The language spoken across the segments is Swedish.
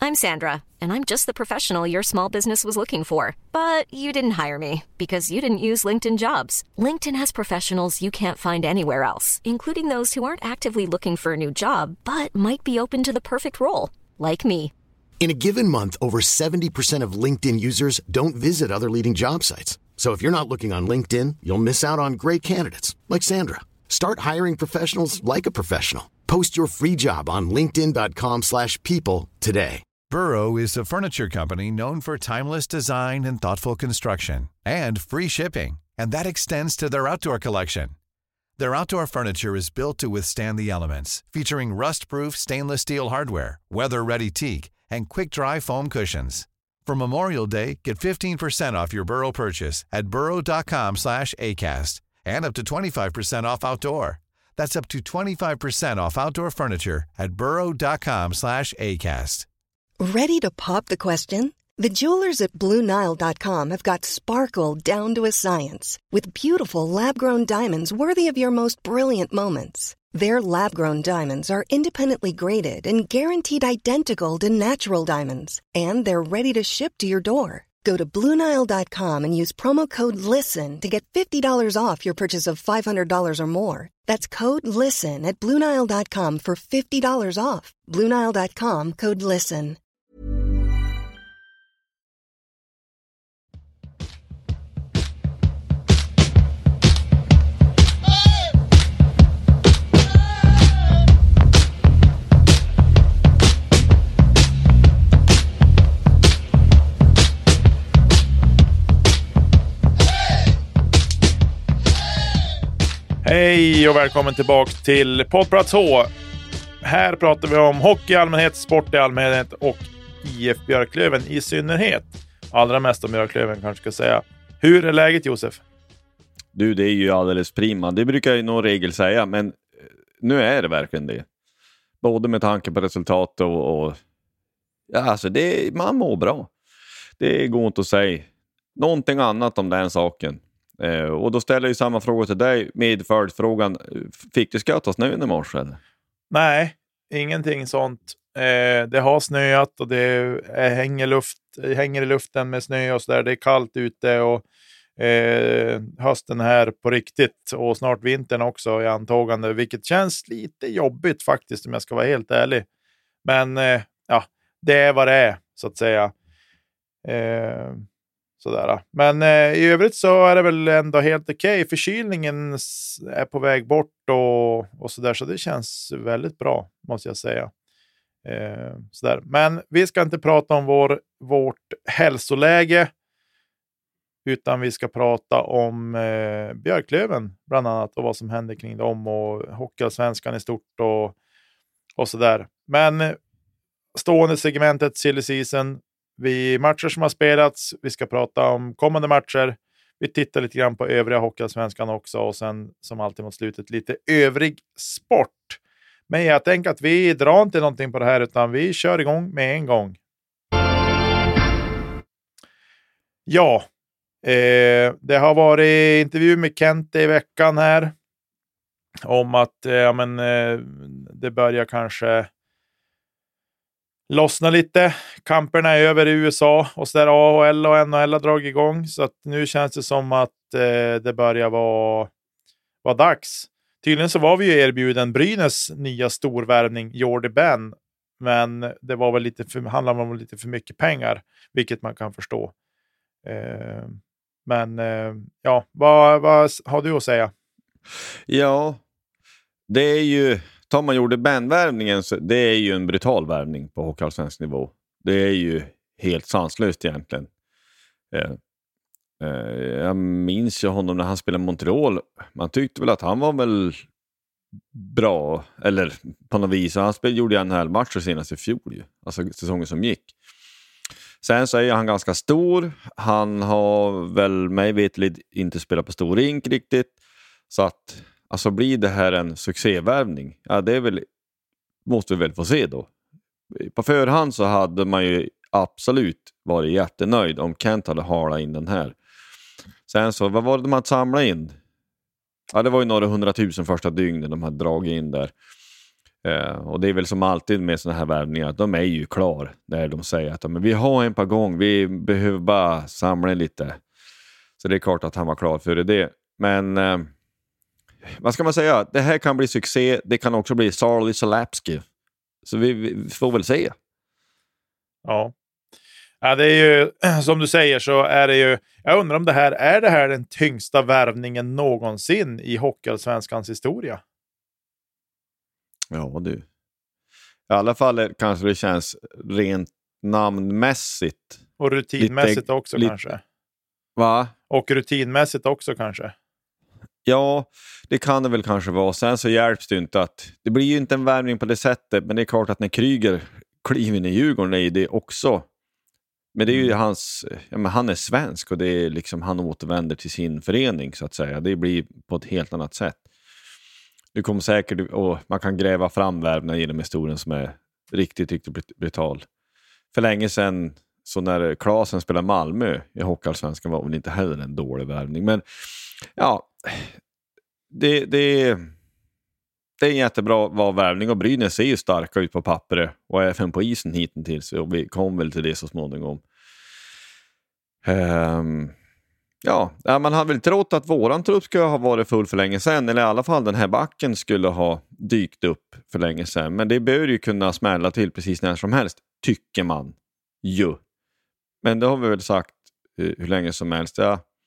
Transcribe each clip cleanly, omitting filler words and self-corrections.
I'm Sandra, and I'm just the professional your small business was looking for. But you didn't hire me because you didn't use LinkedIn Jobs. LinkedIn has professionals you can't find anywhere else, including those who aren't actively looking for a new job, but might be open to the perfect role, like me. In a given month, over 70% of LinkedIn users don't visit other leading job sites. So if you're not looking on LinkedIn, you'll miss out on great candidates like Sandra. Start hiring professionals like a professional. Post your free job on linkedin.com/people today. Burrow is a furniture company known for timeless design and thoughtful construction and free shipping, and that extends to their outdoor collection. Their outdoor furniture is built to withstand the elements, featuring rust-proof stainless steel hardware, weather-ready teak, and quick-dry foam cushions. For Memorial Day, get 15% off your Burrow purchase at burrow.com/acast and up to 25% off outdoor. That's up to 25% off outdoor furniture at burrow.com/acast. Ready to pop the question? The jewelers at BlueNile.com have got sparkle down to a science with beautiful lab-grown diamonds worthy of your most brilliant moments. Their lab-grown diamonds are independently graded and guaranteed identical to natural diamonds, and they're ready to ship to your door. Go to BlueNile.com and use promo code LISTEN to get $50 off your purchase of $500 or more. That's code LISTEN at BlueNile.com for $50 off. BlueNile.com, code LISTEN. Hej och välkommen tillbaka till Poddplats H. Här pratar vi om hockey i allmänhet, sport i allmänhet och IF Björklöven i synnerhet. Allra mest om Björklöven kanske ska säga. Hur är läget, Josef? Du, det är ju alldeles prima. Det brukar jag i någon regel säga, men nu är det verkligen det. Både med tanke på resultat och ja, alltså man mår bra. Det går inte att säga någonting annat om den saken. Och då ställer jag samma fråga till dig med följdfrågan: fick du skatta snön i morse? Eller? Nej, ingenting sånt. Det har snöat och det hänger i luften med snö och sådär. Det är kallt ute och hösten här på riktigt och snart vintern också i antagande, vilket känns lite jobbigt faktiskt om jag ska vara helt ärlig. Men ja, det är vad det är så att säga. Sådär. Men i övrigt så är det väl ändå helt okej. Förkylningen är på väg bort och sådär, så det känns väldigt bra måste jag säga. Sådär. Men vi ska inte prata om vårt hälsoläge, utan vi ska prata om Björklöven bland annat och vad som händer kring dem och hockeyallsvenskan i stort och sådär. Men stående segmentet silly season, vi matcher som har spelats, vi ska prata om kommande matcher, vi tittar lite grann på övriga hockeyallsvenskan också och sen som alltid mot slutet lite övrig sport. Men jag tänker att vi drar inte någonting på det här utan vi kör igång med en gång. Ja, det har varit intervju med Kent i veckan här om att det börjar kanske lossna lite. Kamperna är över i USA och så där AHL och NHL har dragit igång, så att nu känns det som att det börjar vara dags. Tydligen så var vi ju erbjuden Brynäs nya storvärvning Jordy Ben, men det var väl handlade om lite för mycket pengar, vilket man kan förstå. Men ja, vad har du att säga? Ja, det är ju, tar man Jordy Ben-värvningen så det är ju en brutal värvning på hockeyallsvensk nivå. Det är ju helt sanslöst egentligen. Jag minns ju honom när han spelade i Montreal. Man tyckte väl att han var väl bra, eller på något vis. Han gjorde en hel match senast i fjol ju. Alltså säsongen som gick. Sen så är han ganska stor. Han har väl mig vetligt inte spelat på stor rink riktigt. Så att alltså blir det här en succévärvning? Ja, det är väl, måste vi väl få se då. På förhand så hade man ju absolut varit jättenöjd om Kent hade halat in den här. Sen så, vad var det man samlade in? Ja, det var ju några 100 000 första dygnen de hade dragit in där. Och det är väl som alltid med såna här värvningar, att de är ju klar när de säger att men vi har en par gång, vi behöver bara samla lite. Så det är klart att han var klar för det. Men vad ska man säga? Det här kan bli succé. Det kan också bli Sarli Salapski. Så vi får väl se. Ja. Ja, det är ju som du säger, så är det ju, jag undrar om det här den tyngsta värvningen någonsin i Hockeyallsvenskans historia. Ja, du. I alla fall kanske det känns rent namnmässigt. Och rutinmässigt också kanske. Va? Och rutinmässigt också kanske. Ja, det kan det väl kanske vara. Sen så hjälps det inte att... Det blir ju inte en värvning på det sättet, men det är klart att när Kryger kliver in i Djurgården är det också. Men det är ju hans... Ja, men han är svensk och det är liksom han återvänder till sin förening så att säga. Det blir på ett helt annat sätt. Det kommer säkert... Och man kan gräva fram värvningar genom historien som är riktigt brutal. För länge sedan, så när Klasen spelade Malmö i Hockeyallsvenskan, var väl inte heller en dålig värvning. Men ja... Det är en jättebra värvning och Brynäs ser ju starka ut på pappret och även på isen hittills, och vi kommer väl till det så småningom. Man har väl trott att våran trupp skulle ha varit full för länge sedan, eller i alla fall den här backen skulle ha dykt upp för länge sedan, men det bör ju kunna smälla till precis när som helst, tycker man ju. Men det har vi väl sagt hur länge som helst.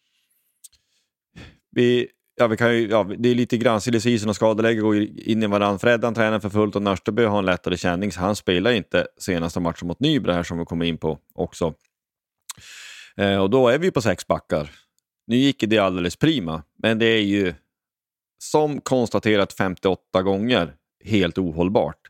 Vi kan ju, det är lite grann silly-season och skadeläge går in i varandra. Freddan tränar för fullt och Nörsteby har en lättare känning, så han spelar inte senaste matchen mot Nybro här som vi kommer in på också. Och då är vi på 6 backar. Nu gick det alldeles prima, men det är ju som konstaterat 58 gånger helt ohållbart.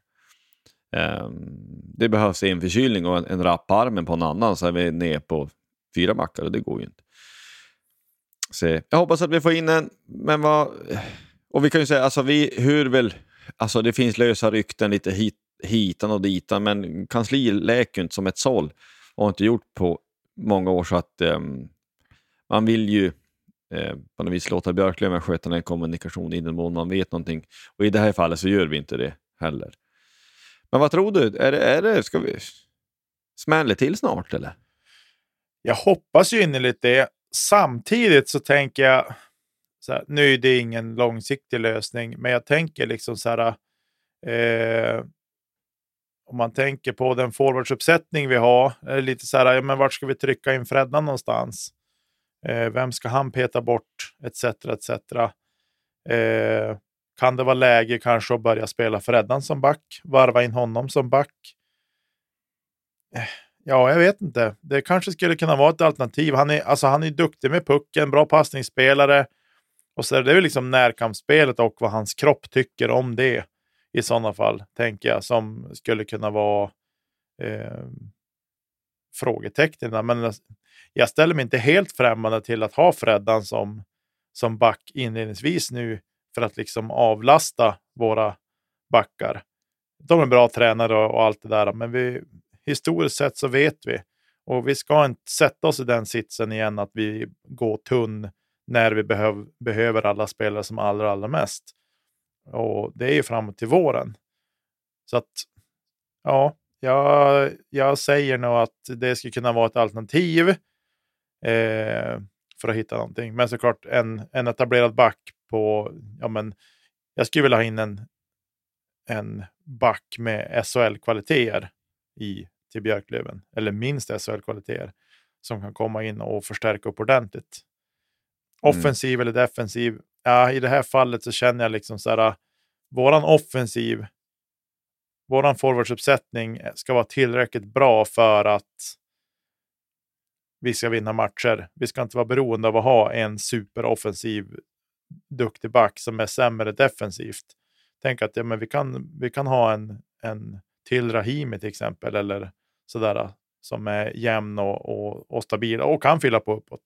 Det behövs en förkylning och en rapp på armen på en annan, så är vi ner på 4 backar och det går ju inte. Så jag hoppas att vi får in en, men och vi kan ju säga, alltså det finns lösa rykten lite hitan och ditan, men kansli läker inte som ett såll och har inte gjort på många år, så att man vill ju på något vis låta Björklöven sköta den kommunikation i den mån man vet någonting, och i det här fallet så gör vi inte det heller. Men vad tror du? Är det ska vi smälla till snart eller? Jag hoppas ju innerligt det. Samtidigt så tänker jag så här, nu är det ingen långsiktig lösning, men jag tänker liksom så här, om man tänker på den forwardsuppsättning vi har, är lite så här, men vart ska vi trycka in Freddan någonstans? Vem ska han peta bort? Etc. Kan det vara läge kanske att börja spela Freddan som back? Varva in honom som back? Ja, jag vet inte. Det kanske skulle kunna vara ett alternativ. Han är duktig med pucken, bra passningsspelare. Och så är det liksom närkampsspelet och vad hans kropp tycker om det. I sådana fall, tänker jag, som skulle kunna vara frågetecknen. Men jag ställer mig inte helt främmande till att ha Freddan som back inledningsvis nu, för att liksom avlasta våra backar. De är bra tränare och allt det där, men historiskt sett så vet vi, och vi ska inte sätta oss i den sitsen igen att vi går tunn när vi behöver alla spelare som allra mest. Och det är ju framåt till våren. Så att ja, jag säger nog att det skulle kunna vara ett alternativ för att hitta någonting. Men såklart en etablerad back på, jag skulle vilja ha in en back med SHL-kvaliteter till Björklöven, eller minst SHL-kvaliteter, som kan komma in och förstärka upp ordentligt. Offensiv eller defensiv. Ja, i det här fallet så känner jag liksom så här, våran forwardsuppsättning ska vara tillräckligt bra för att vi ska vinna matcher. Vi ska inte vara beroende av att ha en superoffensiv duktig back som är sämre defensivt. Tänk att vi kan ha en till Rahimi till exempel, eller sådär, som är jämn och stabil och kan fylla på uppåt.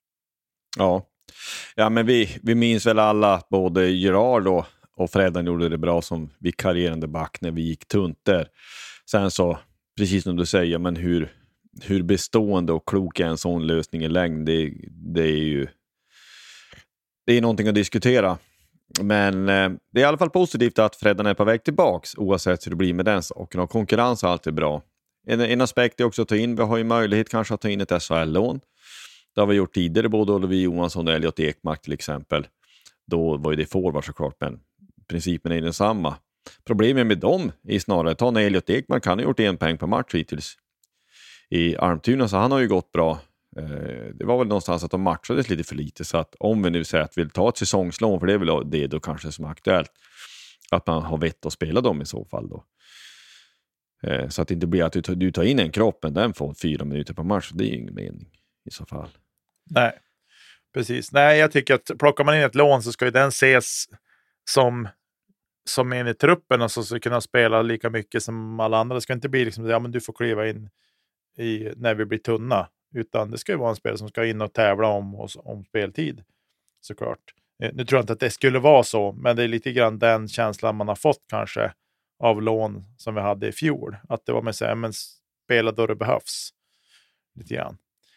Ja, men vi minns väl alla både Gerard och Freddan gjorde det bra som vikarierande back när vi gick tunt där. Sen så, precis som du säger, men hur bestående och klok är en sån lösning i längd, det är någonting att diskutera. Men det är i alla fall positivt att Freddan är på väg tillbaks oavsett hur det blir med den saken. Och konkurrens är alltid bra. En aspekt är också att ta in, vi har ju möjlighet kanske att ta in ett SHL-lån. Det har vi gjort tidigare, både Oliver Johansson och Elliot Ekmark till exempel. Då var ju det forward såklart, men principen är densamma. Problemet med dem är snarare att ta Elliot Ekmark, han har gjort 1 poäng per match hittills i Almtuna, så han har ju gått bra. Det var väl någonstans att de matchades lite för lite, så att om vi nu säger att vi vill ta ett säsongslån, för det är väl det då kanske som är aktuellt, att man har vett att spela dem i så fall då. Så att det inte blir att du tar in en kropp men den får 4 minuter per match, det är ju ingen mening i så fall. Nej, precis. Nej, jag tycker att plockar man in ett lån så ska ju den ses som en i truppen, och så ska kunna spela lika mycket som alla andra. Det ska inte bli liksom, ja men du får kliva in när vi blir tunna, utan det ska ju vara en spelare som ska in och tävla om speltid, såklart. Nu tror jag inte att det skulle vara så, men det är lite grann den känslan man har fått kanske av lån som vi hade i fjol, att det var med sig, men spela då det behövs lite grann.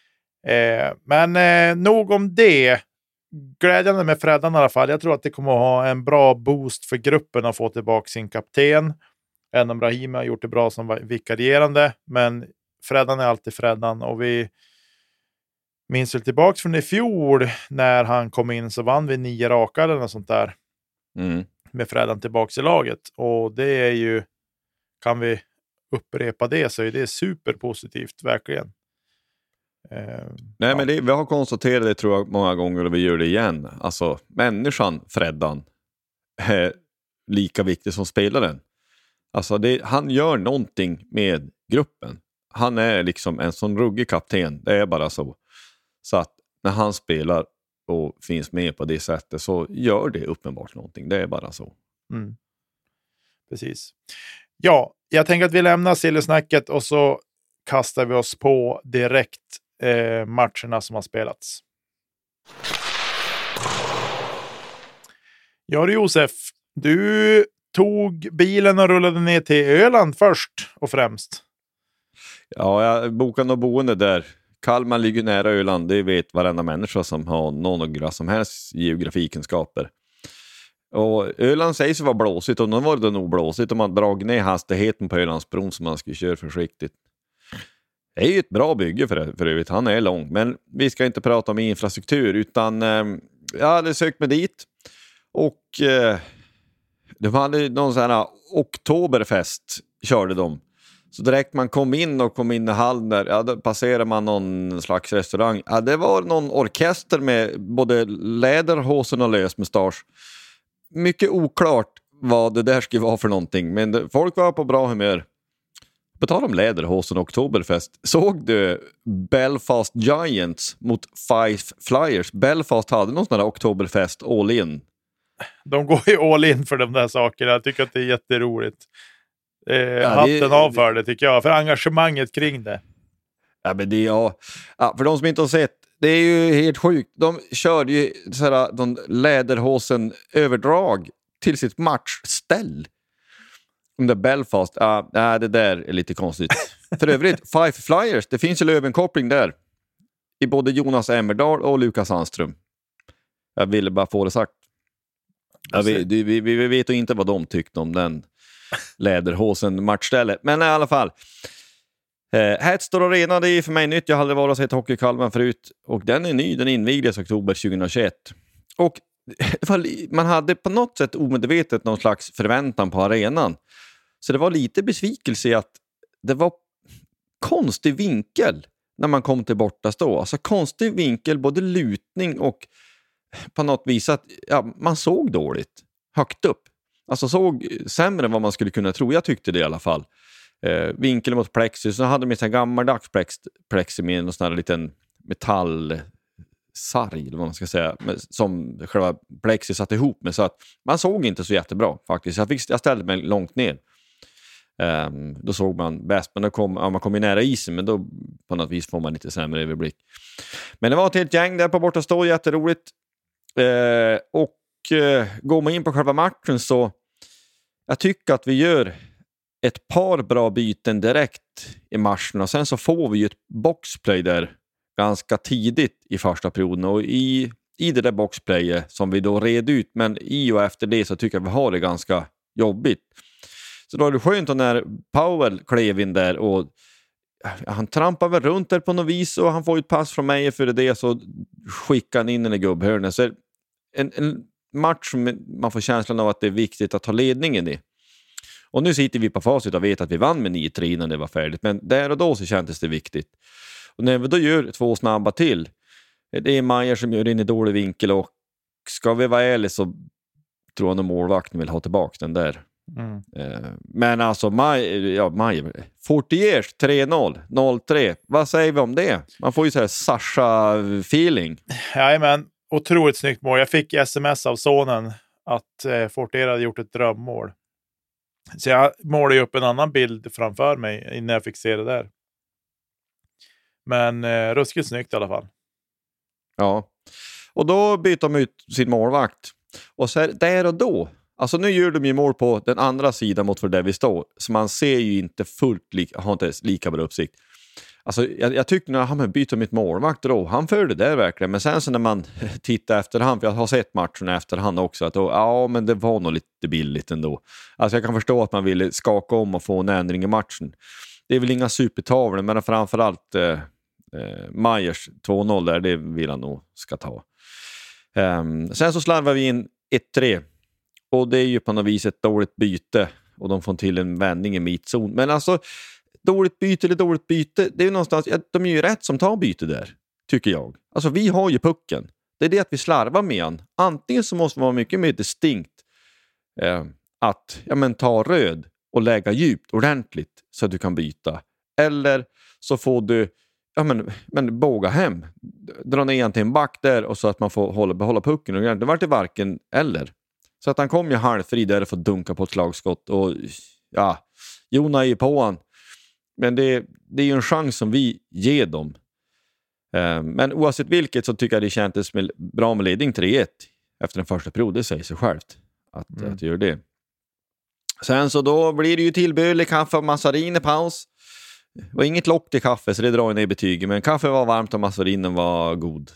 Men nog om det. Glädjande med Freddan i alla fall. Jag tror att det kommer att ha en bra boost för gruppen att få tillbaka sin kapten. Även om Brahimi har gjort det bra som vikarierande, men Freddan är alltid Freddan, och vi minns väl tillbaka från i fjol när han kom in, så vann vi 9 raka eller något sånt där. Med Freddan tillbaka i laget, och det är ju, kan vi upprepa det så är det superpositivt, verkligen. Nej, men vi har konstaterat det tror jag många gånger, och vi gör det igen. Alltså människan Freddan är lika viktig som spelaren. Alltså han gör någonting med gruppen. Han är liksom en sån ruggig kapten, det är bara så. Så att när han spelar och finns med på det sättet så gör det uppenbart någonting, det är bara så. Precis. Ja, jag tänker att vi lämnar sillesnacket och så kastar vi oss på direkt matcherna som har spelats. Ja, Josef, du tog bilen och rullade ner till Öland först och främst. Ja, jag bokade något boende där. Kalmar ligger nära Öland, det vet varenda människa som har några som helst geografikunskaper. Och Öland sägs vara blåsigt, och då var det nog blåsigt om man dragit ner hastigheten på Ölandsbron som man skulle köra försiktigt. Det är ju ett bra bygge för övrigt, han är lång, men vi ska inte prata om infrastruktur, utan jag hade sökt mig dit, och de hade någon sån här oktoberfest körde de. Så direkt man kom in i hallen där, ja, då passerar man någon slags restaurang. Ja, det var någon orkester med både läderhosen och lösmustasch. Mycket oklart vad det där skulle vara för någonting, men folk var på bra humör. På tal om läderhosen och oktoberfest, såg du Belfast Giants mot Fife Flyers? Belfast hade någon sån där oktoberfest all in. De går ju all in för de där sakerna. Jag tycker att det är jätteroligt. Hatten av för det, tycker jag, för engagemanget kring det. Ja, men det är för de som inte har sett, det är ju helt sjukt. De körde ju sådär, de läderhosen överdrag till sitt matchställ. Under Belfast, det där är lite konstigt. För övrigt, Fife Flyers, det finns ju Lövenkoppling där. I både Jonas Emmerdal och Lukas Sandström. Jag ville bara få det sagt. Vi vet ju inte vad de tyckte om den läderhosen matchstället. Men i alla fall. Hetstore Arena, det är för mig nytt. Jag hade varit och sett Hockey Kalmar förut. Och den är ny, den invigdes oktober 2021. Och man hade på något sätt omedvetet någon slags förväntan på arenan. Så det var lite besvikelse i att det var konstig vinkel när man kom till bortastå. Alltså konstig vinkel, både lutning och på något vis att man såg dåligt högt upp. Alltså såg sämre än vad man skulle kunna tro. Jag tyckte det i alla fall. Vinkeln mot plexi, så hade de en gammaldags plexi med en sån här liten metallsarg eller vad man ska säga, som själva plexi satt ihop med, så att man såg inte så jättebra faktiskt. Jag ställde mig långt ner. Då såg man bäst, men man kom in nära isen, men då på något vis får man lite sämre överblick. Men det var ett helt gäng där på bortastå, jätteroligt. Och går man in på själva matchen, så jag tycker att vi gör ett par bra byten direkt i matchen, och sen så får vi ju ett boxplay där ganska tidigt i första perioden, och i i det där boxplayet som vi då red ut. Men i och efter det så tycker jag vi har det ganska jobbigt. Så då är det skönt när Powell klev in där och han trampar väl runt där på något vis och han får ett pass från mig för det så skickar han in den i gubbhörnen. Så en match som man får känslan av att det är viktigt att ta ledningen i. Och nu sitter vi på facit och vet att vi vann med 9-3 innan det var färdigt. Men där och då så kändes det viktigt. Och när vi då gör 2 snabba till, det är Majer som gör in i dålig vinkel och ska vi vara ärliga så tror jag att målvakten vill ha tillbaka den där. Men alltså Majer 40 years 3-0 0-3, vad säger vi om det? Man får ju så här Sasha-feeling. Jajamän, otroligt snyggt mål. Jag fick sms av sonen att Fortier hade gjort ett drömmål. Så jag målade ju upp en annan bild framför mig innan jag fick se det där. Men ruskigt snyggt i alla fall. Ja, och då byter de ut sin målvakt. Och så här, där och då, alltså nu gör de ju mål på den andra sidan mot för där vi står. Så man ser ju inte har inte lika bra uppsikt. Alltså jag tyckte när han bytte mitt målvakt då, han förde det där verkligen. Men sen så när man tittar efterhand, för jag har sett matchen efterhand också, att då, men det var nog lite billigt ändå. Alltså jag kan förstå att man ville skaka om och få en ändring i matchen. Det är väl inga supertavlor, men framförallt Majers 2-0 där, det vill han nog ska ta. Sen så slarvar vi in 1-3. Och det är ju på något vis ett dåligt byte. Och de får till en vändning i mittzon. Men alltså, dåligt byte, det är ju någonstans, de är ju rätt som tar byte där, tycker jag. Alltså vi har ju pucken. Det är det att vi slarvar med han. Antingen så måste man vara mycket mer distinkt att ta röd och lägga djupt ordentligt så att du kan byta. Eller så får du båga hem. Dra ner han till en back där och så att man får behålla pucken. Och det var det varken eller. Så att han kom ju halvfri där för att dunka på ett slagskott. Och ja, Jona är ju på han. Men det är ju en chans som vi ger dem. Men oavsett vilket så tycker jag det kändes bra med ledning 3-1 efter den första perioden. Det säger sig självt att göra det. Sen så då blir det ju tillbehörlig kaffe och massarin i paus. Det var inget lock till kaffe så det drar ner betyget. Men kaffe var varmt och massarinen var god.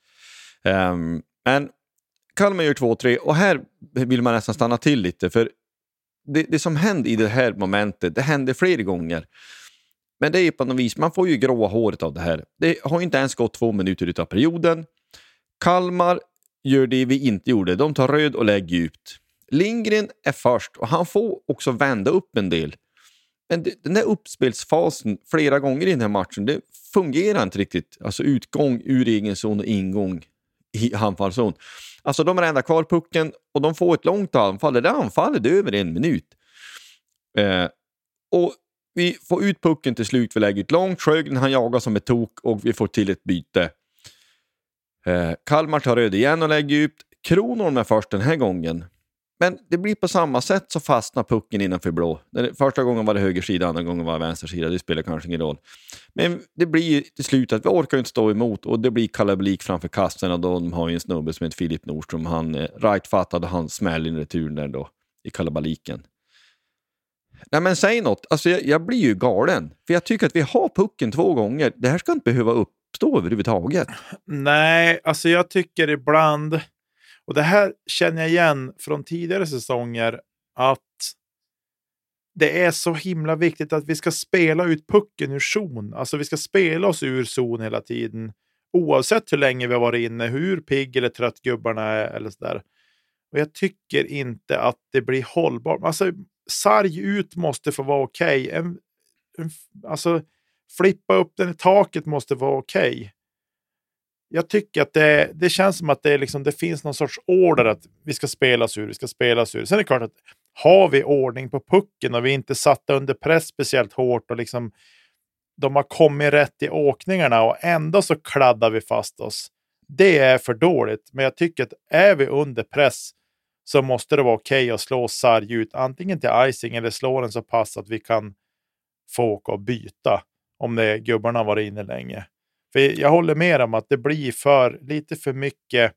Men Kalmar gör 2-3 och här vill man nästan stanna till lite. För det som hände i det här momentet, det hände flera gånger. Men det är på något vis, man får ju gråa håret av det här. Det har inte ens gått 2 minuter utav perioden. Kalmar gör det vi inte gjorde. De tar röd och lägger djupt. Lindgren är först och han får också vända upp en del. Men den där uppspelsfasen flera gånger i den här matchen, det fungerar inte riktigt. Alltså utgång ur egen zon och ingång i anfallszon. Alltså de räddar kvar pucken och de får ett långt anfall. Det där anfallet är över 1 minut. Och vi får ut pucken till slut. Vi lägger ut långt. Sjögren han jagar som ett tok och vi får till ett byte. Kalmar tar röd igen och lägger ut. Kronor med först den här gången. Men det blir på samma sätt så fastnar pucken innanför blå. Första gången var det höger sida, andra gången var det vänster sida. Det spelar kanske ingen roll. Men det blir till slut att vi orkar inte stå emot och det blir kalabalik framför kasten och de har ju en snubbe som heter Filip Nordström. Han rightfattade och han smäller in returen där då i kalabaliken. Nej men säg något. Alltså jag blir ju galen. För jag tycker att vi har pucken 2 gånger. Det här ska inte behöva uppstå överhuvudtaget. Nej, alltså jag tycker ibland, och det här känner jag igen från tidigare säsonger, att det är så himla viktigt att vi ska spela ut pucken ur zon. Alltså vi ska spela oss ur zon hela tiden. Oavsett hur länge vi har varit inne, hur pigg eller trött gubbarna är eller sådär. Och jag tycker inte att det blir hållbart. Alltså sarg ut måste få vara okej. Alltså flippa upp den i taket måste vara okej. Jag tycker att det känns som att det finns någon sorts order att vi ska spelas ur. Sen är det klart att har vi ordning på pucken och vi inte satta under press speciellt hårt och liksom de har kommit rätt i åkningarna och ändå så kladdar vi fast oss. Det är för dåligt. Men jag tycker att är vi under press så måste det vara okej att slå sarg ut. Antingen till icing eller slå den så pass att vi kan få åka och byta. Om det gubbarna var inne länge. För jag håller med om att det blir lite för mycket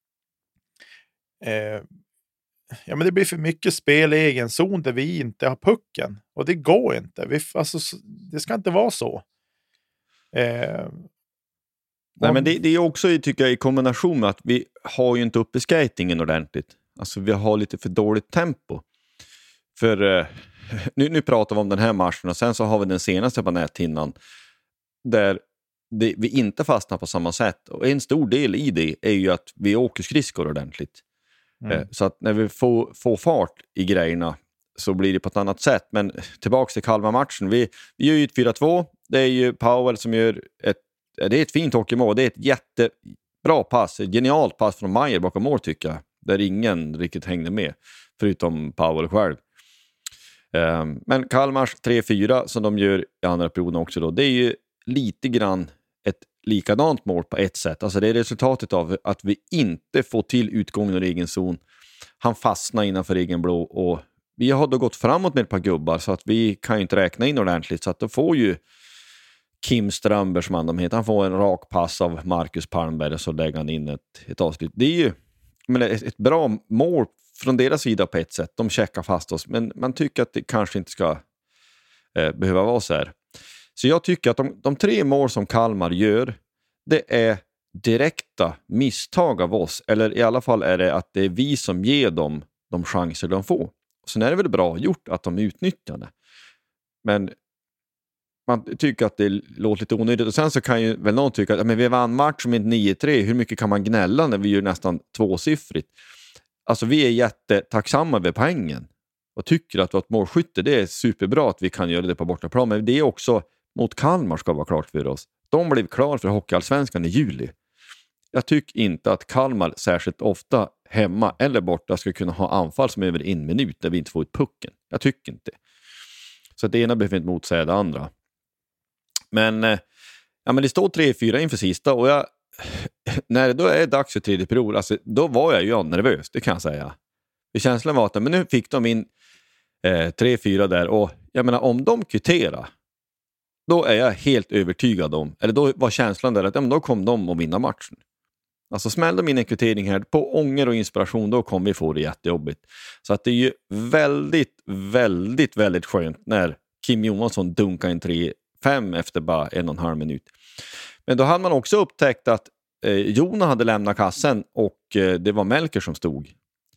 men det blir för mycket spel i egen zon där vi inte har pucken. Och det går inte. Det ska inte vara så. Nej, men det är också, tycker jag, i kombination med att vi har ju inte uppe skatingen ordentligt. Alltså vi har lite för dåligt tempo. För nu pratar vi om den här matchen och sen så har vi den senaste på näthinnan där vi inte fastnar på samma sätt. Och en stor del i det är ju att vi åker skridskor ordentligt. Så att när vi får fart i grejerna så blir det på ett annat sätt. Men tillbaka till Kalmar-matchen. Vi gör ju ett 4-2. Det är ju Powell som gör det är ett fint hockeymål. Det är ett jättebra pass. Ett genialt pass från Meier bakom mål, tycker jag. Där ingen riktigt hängde med. Förutom Powell själv. Men Kalmars 3-4 som de gör i andra perioden också då. Det är ju lite grann ett likadant mål på ett sätt. Alltså det är resultatet av att vi inte får till utgången ur egen zon. Han fastnar innanför egen blå och vi har då gått framåt med ett par gubbar så att vi kan ju inte räkna in ordentligt. Så att då får ju Kim Strömberg, som han heter, han får en rak pass av Marcus Palmberg och så lägger han in ett avslut. Det är ju ett bra mål från deras sida på ett sätt. De checkar fast oss, men man tycker att det kanske inte ska behöva vara så här. Så jag tycker att de 3 mål som Kalmar gör, det är direkta misstag av oss. Eller i alla fall är det att det är vi som ger dem de chanser de får. Sen är det väl bra gjort att de utnyttjar det. Men man tycker att det låter lite onödigt. Och sen så kan ju väl någon tycka att men vi vann match med 9-3. Hur mycket kan man gnälla när vi gör nästan 2-siffrigt? Alltså vi är jättetacksamma över poängen. Och tycker att vårt målskytte, det är superbra att vi kan göra det på bortaplan. Men det är också mot Kalmar ska vara klart för oss. De blev klar för Hockeyallsvenskan i juli. Jag tycker inte att Kalmar särskilt ofta hemma eller borta ska kunna ha anfall som är över 1 minut där vi inte får ut pucken. Jag tycker inte. Så det ena behöver inte motsäga det andra. Men det står 3-4 inför sista och när det då är dags för tredje period, alltså, då var jag ju nervös, det kan jag säga. För känslan var att men nu fick de in 3-4 där och jag menar om de kvitterar, då är jag helt övertygad om, eller då var känslan där att då kom de att vinna matchen. Alltså smällde de in en kvittering här på ånger och inspiration, då kommer vi få det jättejobbigt. Så att det är ju väldigt, väldigt, väldigt skönt när Kim Johansson dunkar in 3-5 efter bara 1,5 minut. Men då hade man också upptäckt att Jona hade lämnat kassen och det var Melker som stod.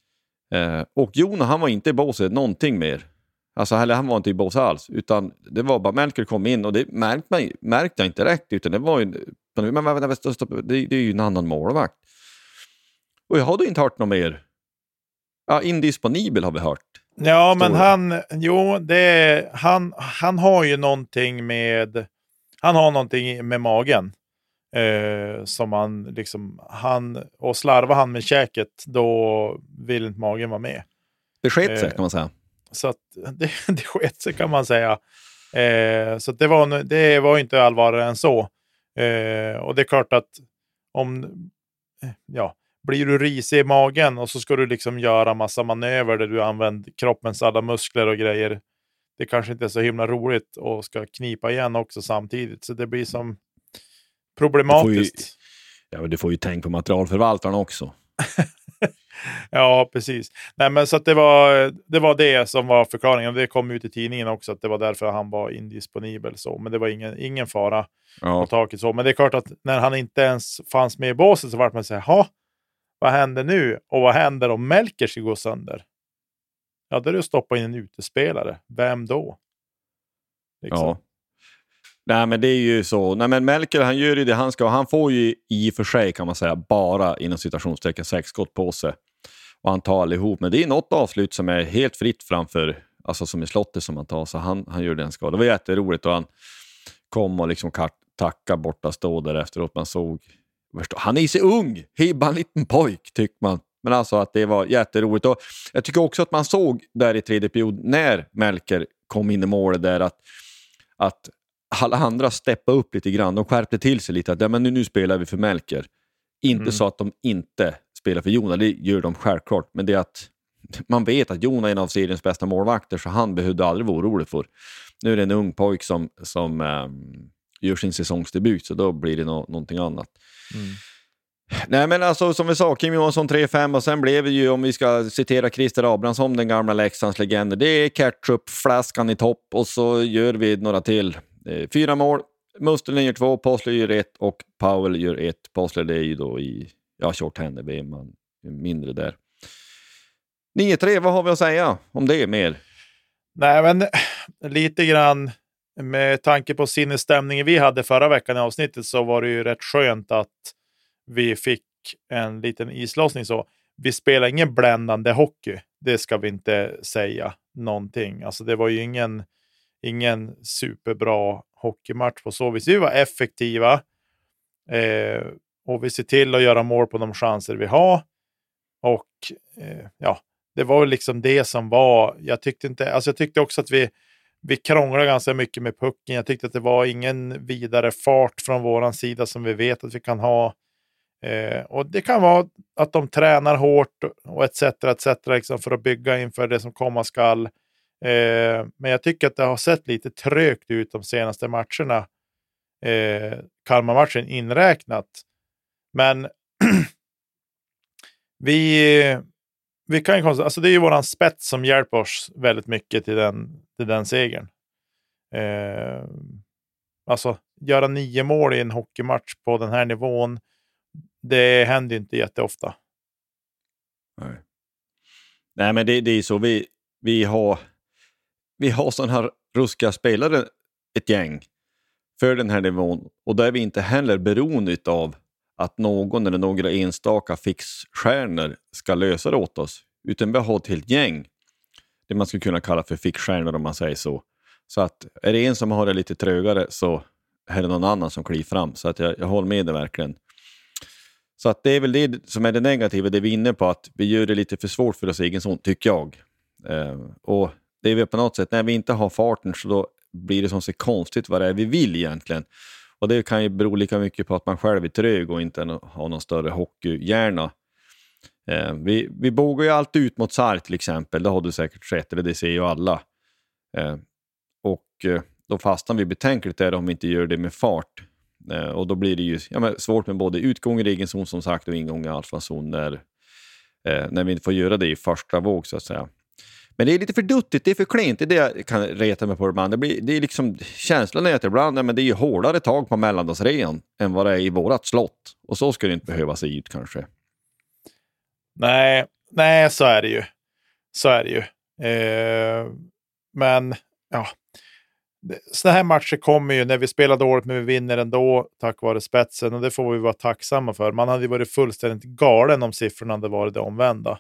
Och Jona, han var inte i båset någonting mer. Alltså han var inte i bås alls, utan det var bara Melker kom in och det märkte jag inte direkt, utan det var ju det är ju en annan målvakt. Och jag hade inte hört något mer. Ja, indisponibel har vi hört. Ja, men han har ju någonting med magen. Som han liksom och slarvar han med käket, då vill inte magen vara med. Det sket sig kan man säga. Så att det sket sig kan man säga. Så det var inte allvarligare än så. Och det är klart att blir du risig i magen och så ska du liksom göra massa manöver där du använder kroppens alla muskler och grejer. Det kanske inte är så himla roligt och ska knipa igen också samtidigt. Så det blir som problematiskt. Du får ju tänka på materialförvaltarna också. Ja, precis. Nej, men så att det var det som var förklaringen. Det kom ut i tidningen också att det var därför han var indisponibel så, men det var ingen fara på taket så. Men det är klart att när han inte ens fanns med i båset så var man säga, vad händer nu? Och vad händer om Melker ska gå sönder? Ja, då är det att stoppa in en utespelare. Vem då? Liksom. Ja. Nej, men det är ju så. Nej, men Melker, han gör ju det han ska. Han får ju i och för sig, kan man säga, bara inom citationstecken 6 skott på sig. Och han tar allihop. Men det är något avslut som är helt fritt framför, alltså som i slottet som han tar. Så han gör den skada. Det var jätteroligt och han kom och liksom tacka borta stå där efteråt. Man såg, han är så ung, hibba en liten pojk tycker man. Men alltså att det var jätteroligt. Och jag tycker också att man såg där i tredje period när Melker kom in i målet där att alla andra steppade upp lite grann. De skärpte till sig lite. Att men nu spelar vi för Melker. Inte så att de inte spelar för Jona. Det gör de självklart. Men det är att man vet att Jona är en av seriens bästa målvakter. Så han behövde aldrig vara orolig för. Nu är det en ung pojk som gör sin säsongsdebut. Så då blir det någonting annat. Nej, men alltså som vi sa, Kim Johansson 3-5 och sen blev det ju, om vi ska citera Christer Abrahamsson, den gamla Leksands legender, det är ketchup, flaskan i topp och så gör vi några till. 4 mål, Mustelen gör 2, Possler gör 1 och Powell gör 1. Possler det är ju då i shorthander, det är man mindre där. 9-3, vad har vi att säga om det mer? Nej, men lite grann med tanke på sinnesstämningen vi hade förra veckan i avsnittet, så var det ju rätt skönt att vi fick en liten islossning. Så vi spelar ingen bländande hockey, det ska vi inte säga någonting. Alltså det var ju ingen superbra hockeymatch på så vis. Vi var effektiva och vi ser till att göra mål på de chanser vi har. Och det var väl liksom det som var. Jag tyckte också att vi krånglade ganska mycket med pucken. Jag tyckte att det var ingen vidare fart från våran sida som vi vet att vi kan ha. Och det kan vara att de tränar hårt och etc. liksom för att bygga inför det som komma skall. Men jag tycker att det har sett lite trögt ut de senaste matcherna. Kalmar-matchen inräknat. Men vi kan ju konstatera, alltså det är ju våran spets som hjälper oss väldigt mycket till den segern. Alltså göra 9 mål i en hockeymatch på den här nivån, det händer inte jätteofta. Nej, men det är så vi har sådana här ruska spelare, ett gäng för den här nivån, och där är vi inte heller beroende av att någon eller några enstaka fixstjärnor ska lösa det åt oss, utan vi har ett helt gäng, det man skulle kunna kalla för fixstjärnor om man säger så. Så att är det en som har det lite trögare, så är det någon annan som kliver fram. Så att jag håller med det verkligen. Så att det är väl det som är det negativa, det vi är inne på, att vi gör det lite för svårt för oss egen son, tycker jag. Och det är väl på något sätt, när vi inte har farten, så då blir det som så konstigt vad det är vi vill egentligen. Och det kan ju bero lika mycket på att man själv är trög och inte har någon större hockeyhjärna. Vi bågar ju alltid ut mot Sark till exempel, det har du säkert sett, eller det ser ju alla. Och då fastnar vi betänkligt där om vi inte gör det med fart. Och då blir det ju svårt med både utgång i egen zon som sagt och ingång i alfazon när vi inte får göra det i första våg så att säga. Men det är lite för duttigt, det är för klent, det är det jag kan reta mig på ibland. Det är liksom, känslan är att ibland, men det är ju hårdare tag på mellandagsrean än vad det är i vårat slott. Och så ska det inte behöva se ut kanske. Nej, så är det ju. Men ja, såna här matcher kommer ju när vi spelar dåligt, men vi vinner ändå tack vare spetsen, och det får vi vara tacksamma för. Man hade ju varit fullständigt galen om siffrorna hade varit det omvända.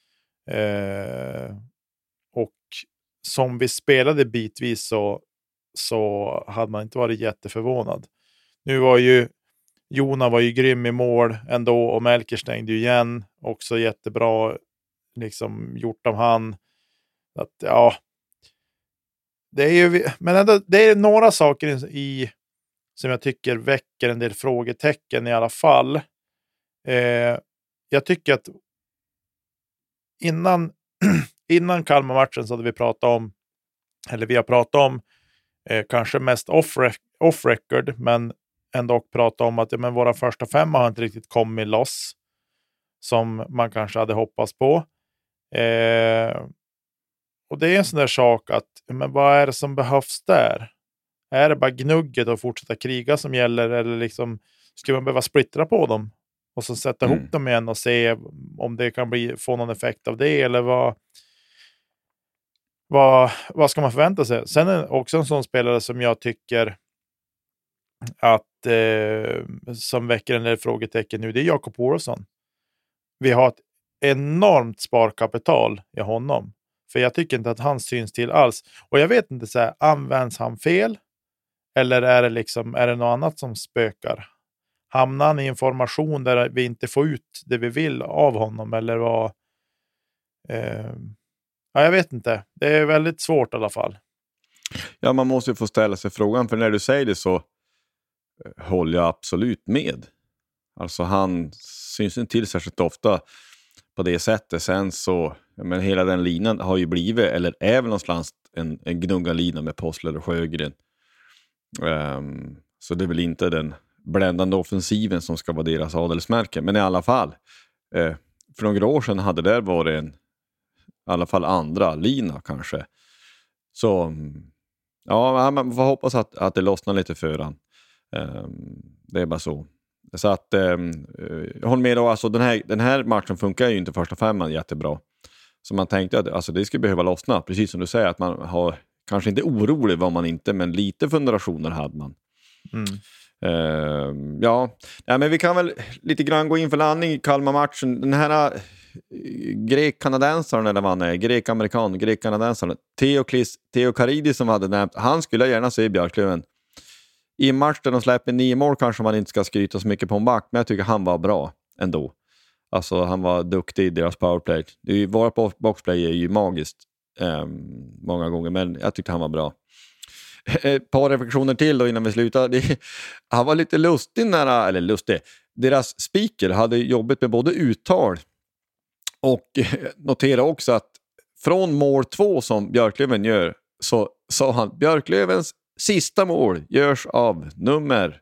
Och som vi spelade bitvis så hade man inte varit jätteförvånad. Nu var ju Jona var ju grym i mål ändå, och Melker stängde ju igen också jättebra liksom gjort av han. Att, ja, det är ju, men ändå, det är några saker som jag tycker väcker en del frågetecken i alla fall. Jag tycker att innan Kalmar-matchen så hade vi har pratat om kanske mest off record, men ändå pratat om att våra första 5 har inte riktigt kommit loss som man kanske hade hoppats på. Och det är en sån där sak att, men vad är det som behövs där? Är det bara gnugget och fortsätta kriga som gäller, eller liksom ska man behöva splittra på dem och så sätta ihop dem igen och se om det kan få någon effekt av det, eller vad ska man förvänta sig? Sen är det också en sån spelare som jag tycker att som väcker en del frågetecken nu, det är Jakob Olofsson. Vi har ett enormt sparkapital i honom. För jag tycker inte att han syns till alls. Och jag vet inte, så här, används han fel? Eller är det något annat som spökar? Hamnar han i information där vi inte får ut det vi vill av honom? Eller vad? Ja, jag vet inte. Det är väldigt svårt i alla fall. Ja, man måste ju få ställa sig frågan. För när du säger det så håller jag absolut med. Alltså han syns inte till särskilt ofta på det sättet. Sen så, men hela den linan har ju blivit, eller är väl någonstans en gnugga-lina med Possler och Sjögren. Så det är väl inte den bländande offensiven som ska vara deras adelsmärke. Men i alla fall, för några år sedan hade det varit i alla fall andra lina kanske. Så ja, man får hoppas att det lossnar lite för han. Det är bara så. Så att jag håller med då, alltså den här matchen funkar ju inte första femman jättebra. Så man tänkte att alltså, det skulle behöva lossna, precis som du säger, att man har kanske inte orolig var man inte, men lite fundationer hade man. Men vi kan väl lite grann gå in för landning i Kalmar-matchen. Den här grek-kanadensaren, eller vad han är, grek-kanadensaren Theo Karidi som hade nämnt, han skulle gärna se Björklöven i en match där de släpper 9 mål. Kanske man inte ska skryta så mycket på en back, men jag tycker han var bra ändå. Alltså han var duktig i deras powerplay. Våra boxplay är ju magiskt många gånger, men jag tyckte han var bra. Ett par reflektioner till då innan vi slutar. Han var lite lustig deras speaker hade jobbat med både uttal och notera också att från mål 2 som Björklöven gör, så sa han Björklövens sista mål görs av nummer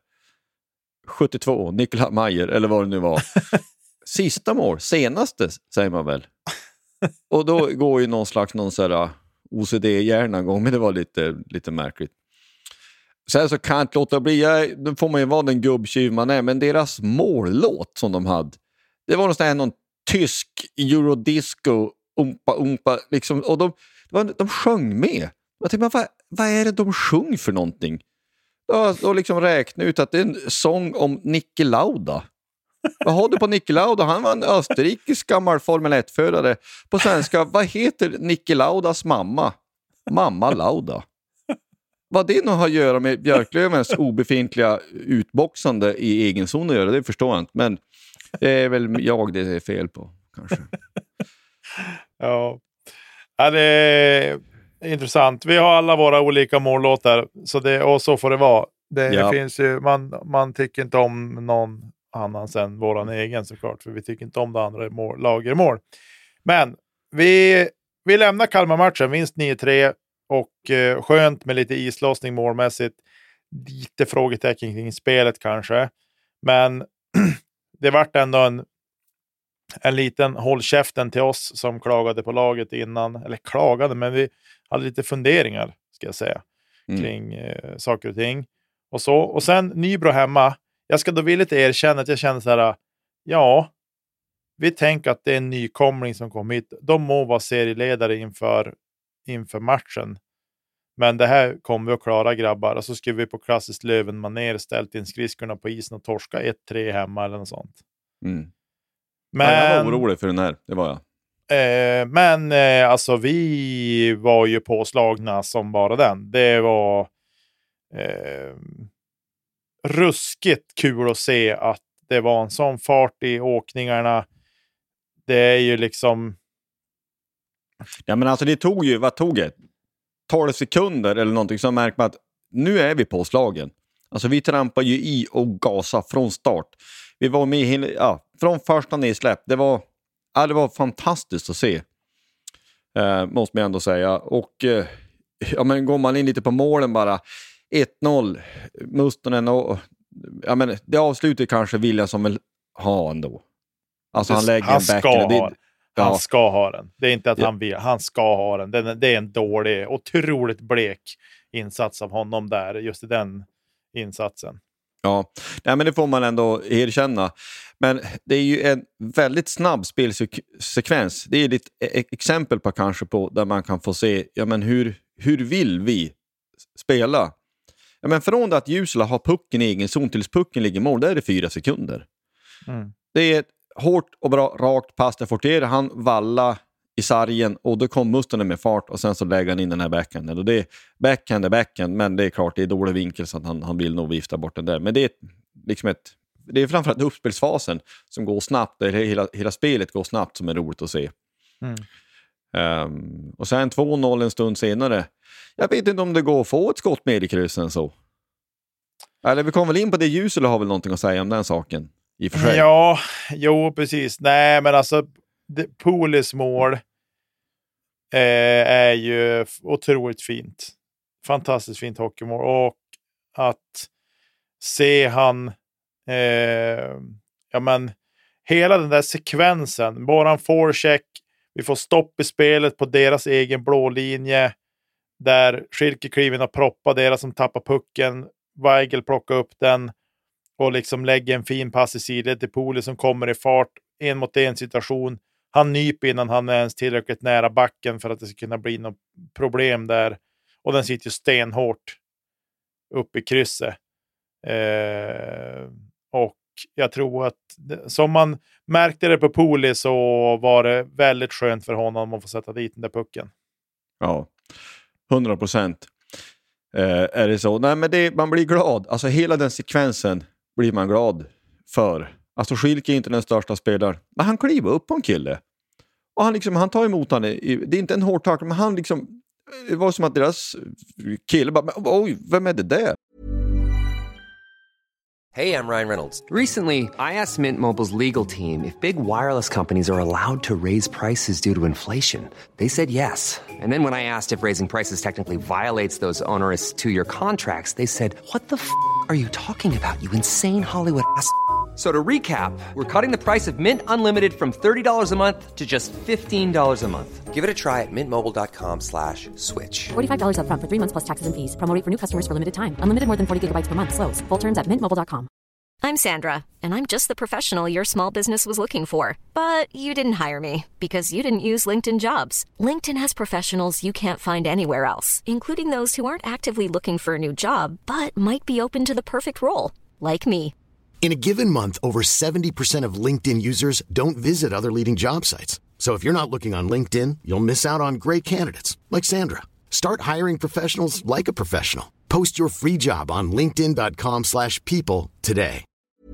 72, Nikolaj Mayer, eller vad det nu var. Sista mål, senaste säger man väl. Och då går ju någon sådär OCD-hjärna en gång, men det var lite märkligt. Sen så kan jag inte låta bli, då får man ju vara den gubbtjuv man är, men deras mållåt som de hade, det var någon tysk eurodisco umpa liksom, och de sjöng med. Jag tänkte, vad är det de sjöng för någonting? Då liksom räkna ut att det är en sång om Niki Lauda. Vad har du på Niki Lauda? Han var en österrikisk gammal Formel 1-förare. På svenska, vad heter Niki Laudas mamma? Mamma Lauda. Vad det nog har att göra med Björklövens obefintliga utboxande i egen zon att göra, det förstår jag inte. Men det är väl jag det är fel på, kanske. Ja, det är intressant. Vi har alla våra olika mållåtar, och så får det vara. Det finns ju, man tycker inte om någon annan än våran egen såklart, för vi tycker inte om det andra lagermål. Men vi lämnar Kalmar-matchen, vinst 9-3 och skönt med lite islossning målmässigt. Lite frågetecken kring spelet kanske, men det vart ändå en liten hållkäften till oss som klagade på laget innan, eller klagade, men vi hade lite funderingar ska jag säga kring saker och ting och så. Och sen Nybro hemma, jag ska då villigt erkänna att jag känner så här, ja, vi tänker att det är en nykomling som kom hit. De må vara serieledare inför matchen. Men det här kommer vi att klara, grabbar. Och så ska vi på klassiskt Löven-manér ställt in skridskorna på isen och torska 1-3 hemma eller något sånt. Men jag var orolig för den här, det var jag. Men alltså vi var ju påslagna som bara den. Det var ruskigt kul att se att det var en sån fart i åkningarna. Det är ju liksom... Ja, men alltså det tog ju, vad tog det? 12 sekunder eller någonting, som märker man att nu är vi på slagen. Alltså vi trampar ju i och gasa från start. Vi var med från första nedsläpp. Det var fantastiskt att se. Måste man ändå säga. Och men går man in lite på målen bara. 1-0. Mustonen och det avslutar kanske William som vill ha ändå. Alltså han lägger en backen. Han ska ha den. Det är inte att han vill. Han ska ha den. Det är en dålig, otroligt blek insats av honom där. Just i den insatsen. Ja, nej, men det får man ändå erkänna. Men det är ju en väldigt snabb spelsekvens. Det är lite exempel på kanske på där man kan få se hur vill vi spela. Ja, men från det att Jusela har pucken i egen zon tills pucken ligger i mål, där är det 4 sekunder. Det är ett hårt och bra rakt pass där Fortier, han valla i sargen och då kom Mustonen med fart och sen så lägger han in den här backhanden. Och det är backhand, men det är klart det är dålig vinkel så att han vill nog vifta bort den där. Men det är liksom det är framförallt uppspelsfasen som går snabbt, hela spelet går snabbt, som är roligt att se. Och sen 2-0 en stund senare. Jag vet inte om det går att få ett skott med i kryssen så. Eller vi kommer väl in på det, Jusela har väl någonting att säga om den saken i och för sig. Ja, jo precis. Nej, men alltså Polis mål är ju otroligt fint. Fantastiskt fint hockeymål. Och att se han hela den där sekvensen, bara en forecheck, vi får stopp i spelet på deras egen blå linje där Schilke kliver in och proppar deras som tappar pucken, Weigel plockar upp den och liksom lägger en fin pass i sidled till Poli som kommer i fart, en mot en situation. Han nyper innan han är ens tillräckligt nära backen för att det ska kunna bli något problem där. Och den sitter ju stenhårt upp i krysset. Och jag tror att som man märkte det på Poli så var det väldigt skönt för honom att få sätta dit den där pucken. Ja, 100%. Är det så? Nej, men man blir glad. Alltså hela den sekvensen blir man glad för. Alltså Schilke är inte den största spelaren. Men han kliver upp på en kille. Och han tar emot han. Det är inte en hård tackling, men han liksom... Det var som att deras kille bara... Oj, vem är det där? Hey, I'm Ryan Reynolds. Recently, I asked Mint Mobile's legal team if big wireless companies are allowed to raise prices due to inflation. They said yes. And then when I asked if raising prices technically violates those onerous 2-year contracts, they said, "What the f*** are you talking about, you insane Hollywood ass?" So to recap, we're cutting the price of Mint Unlimited from $30 a month to just $15 a month. Give it a try at mintmobile.com/switch. $45 up front for 3 months plus taxes and fees. Promo rate for new customers for limited time. Unlimited more than 40 gigabytes per month. Slows full terms at mintmobile.com. I'm Sandra, and I'm just the professional your small business was looking for. But you didn't hire me because you didn't use LinkedIn Jobs. LinkedIn has professionals you can't find anywhere else, including those who aren't actively looking for a new job, but might be open to the perfect role, like me. In a given month, over 70% of LinkedIn users don't visit other leading job sites. So if you're not looking on LinkedIn, you'll miss out on great candidates like Sandra. Start hiring professionals like a professional. Post your free job on linkedin.com/people today.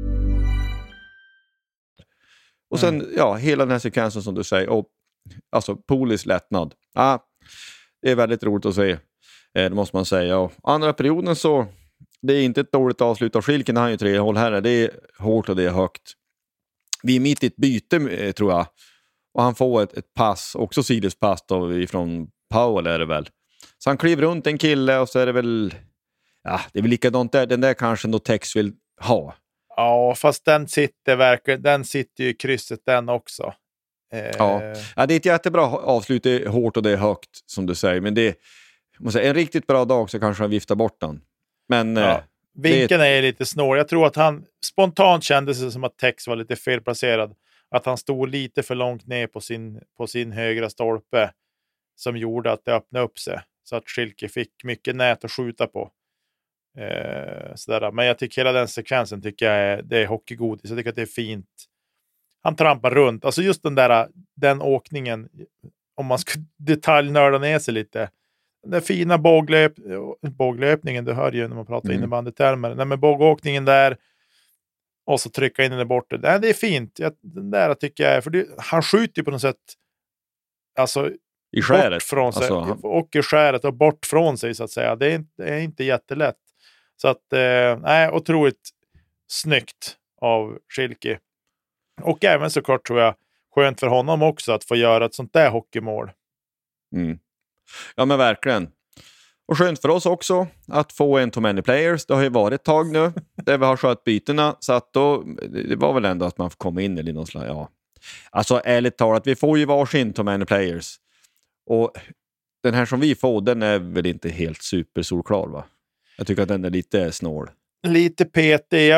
Och sen, hela den här sekvensen som du säger. Och, alltså, Polis lättnad. Det är väldigt roligt att se. Det måste man säga. Och andra perioden så... Det är inte ett dåligt avslut av Schilke när han gör 3 hål här. Det är hårt och det är högt. Vi är mitt i ett byte, tror jag. Och han får ett pass, också sidespass då ifrån Powell är det väl. Så han kliver runt en kille och så är det väl... Ja, det är väl likadant där. Den där kanske ändå Tex vill ha. Ja, fast den sitter ju i krysset den också. Ja, det är ett jättebra avslut. Det är hårt och det är högt, som du säger. Men det är en riktigt bra dag så kanske han viftar bort den. Men vinkeln är lite snår. Jag tror att han spontant kände sig som att Tex var lite felplacerad. Att han stod lite för långt ner på sin högra stolpe som gjorde att det öppnade upp sig. Så att Schilke fick mycket nät att skjuta på. Sådär. Men jag tycker hela den sekvensen det är hockeygodis. Jag tycker att det är fint. Han trampar runt. Alltså just den åkningen, om man ska detaljnörda ner sig lite. Den fina båglöpningen, du hör ju när man pratar innebandytermer. Nej, men bågåkningen där och så trycka in den där borta. Nej, det är fint. Den där tycker jag är, för han skjuter ju på något sätt alltså i skäret bort från sig, alltså, och i skäret och bort från sig så att säga. Det är inte jättelätt. Så att otroligt snyggt av Schilke. Och även såklart tror jag skönt för honom också att få göra ett sånt där hockeymål. Ja, men verkligen. Och skönt för oss också att få en too many players. Det har ju varit ett tag nu där vi har skött bytena. Så att då, det var väl ändå att man får komma in i någon slags, Alltså ärligt talat, vi får ju varsin too many players. Och den här som vi får, den är väl inte helt supersolklar, va? Jag tycker att den är lite snål. Lite petig.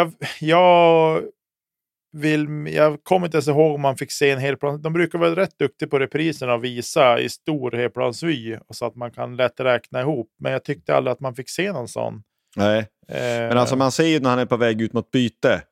Jag kommer inte ens ihåg om man fick se en helplans. De brukar vara rätt duktiga på repriserna och visa i stor helplansvy så att man kan lätt räkna ihop. Men jag tyckte aldrig att man fick se någon sån. Nej, men alltså man ser ju när han är på väg ut mot byte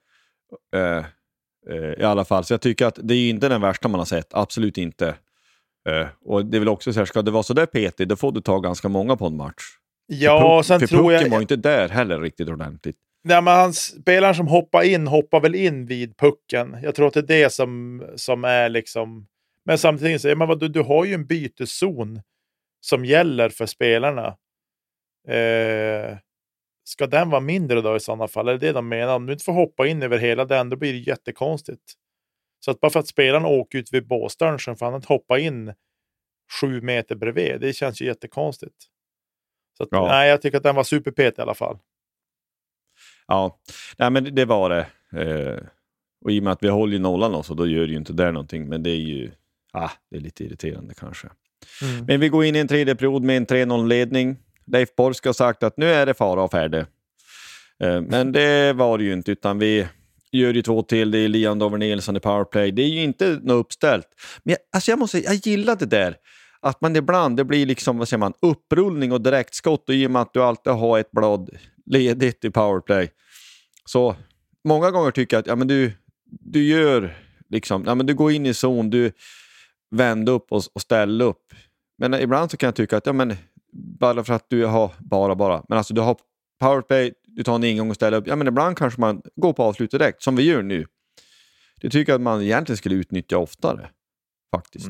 i alla fall. Så jag tycker att det är inte den värsta man har sett. Absolut inte. Och det är väl också så här, ska det vara så där petig, då får du ta ganska många på en match. Ja, sen tror jag... För var inte där heller riktigt ordentligt. Nej, men spelaren som hoppar väl in vid pucken. Jag tror att det är det som är liksom... Men samtidigt så du har ju en byteszon som gäller för spelarna. Ska den vara mindre då i sådana fall? Är det de menar? Om du inte får hoppa in över hela den, då blir det jättekonstigt. Så att bara för att spelaren åker ut vid båsdörren så får han inte hoppa in 7 meter bredvid. Det känns ju jättekonstigt. Så att, nej, jag tycker att den var superpet i alla fall. Ja, nej, men det var det. Och i och med att vi håller ju nollan också, då gör det ju inte där någonting. Men det är ju det är lite irriterande kanske. Men vi går in i en tredje period med en 3-0-ledning. Leif Borsk har sagt att nu är det fara och färde. Men det var det ju inte, utan vi gör ju 2 till. Det är Leon Dover-Nilsson i powerplay. Det är ju inte något uppställt. Men jag måste säga, jag gillar det där. Att man ibland, det blir liksom, vad säger man, upprullning och direktskott. Och i och med att du alltid har ett blad ledigt i powerplay. Så många gånger tycker jag att ja, men du gör liksom, ja, men du går in i zon, du vänder upp och ställer upp. Men ibland så kan jag tycka att ja, men bara för att du har bara. Men alltså du har powerplay, du tar en ingång och ställer upp. Ja, men ibland kanske man går på avslut direkt, som vi gör nu. Det tycker jag att man egentligen skulle utnyttja oftare, faktiskt.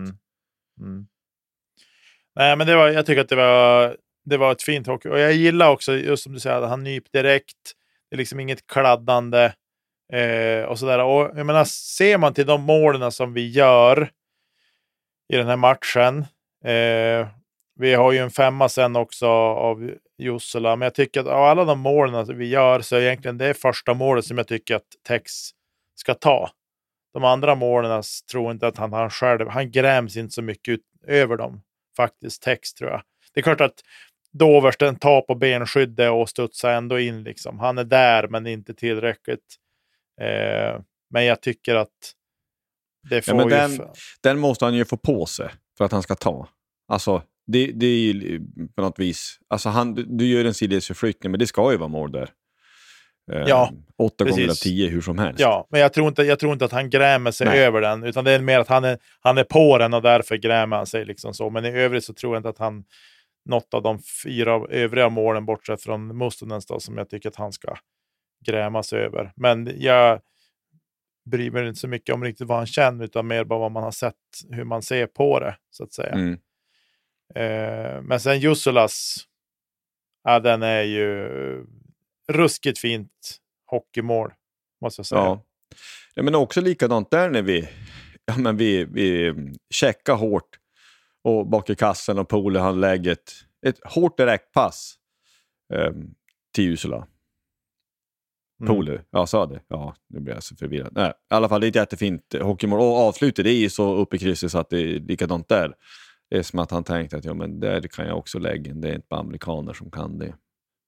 Nej, men jag tycker att det var ett fint hockey. Och jag gillar också, just som du säger, att han nyp direkt. Det är liksom inget kladdande. Och sådär. Och jag menar, ser man till de målen som vi gör i den här matchen. Vi har ju en 5 sen också av Jussila. Men jag tycker att av alla de målen vi gör så är egentligen det första målet som jag tycker att Tex ska ta. De andra målen tror inte att han själv, han gräms inte så mycket ut över dem. Faktiskt Tex, tror jag. Det är klart att Doversten tar på benskyddet och studsar ändå in liksom. Han är där men inte tillräckligt. Men jag tycker att det får den måste han ju få på sig för att han ska ta. Alltså det är ju på något vis, alltså du gör en sidledsförflyttning, men det ska ju vara mål där. 8 gånger av 10 hur som helst. Ja, men jag tror inte att han grämer sig över den, utan det är mer att han är på den och därför grämer han sig liksom så. Men i övrigt så tror jag inte att han något av de 4 övriga målen bortsett från Mustonens då, som jag tycker att han ska gräma sig över. Men jag bryr mig inte så mycket om riktigt vad han känner, utan mer bara vad man har sett, hur man ser på det så att säga. Men sen Jussilas, den är ju ruskigt fint hockeymål, måste jag säga. Ja, men också likadant där när vi checkar hårt och bak i kassen och Pole han lägger ett hårt direktpass till Jussila. Pole, jag sa det. Ja, nu blir jag så förvirrad. Nej, i alla fall det är ett jättefint hockeymål. Och avslutet, det är ju så uppe i krysset så att det är likadant där. Det är som att han tänkte att ja, men där kan jag också lägga. Det är inte bara amerikaner som kan det.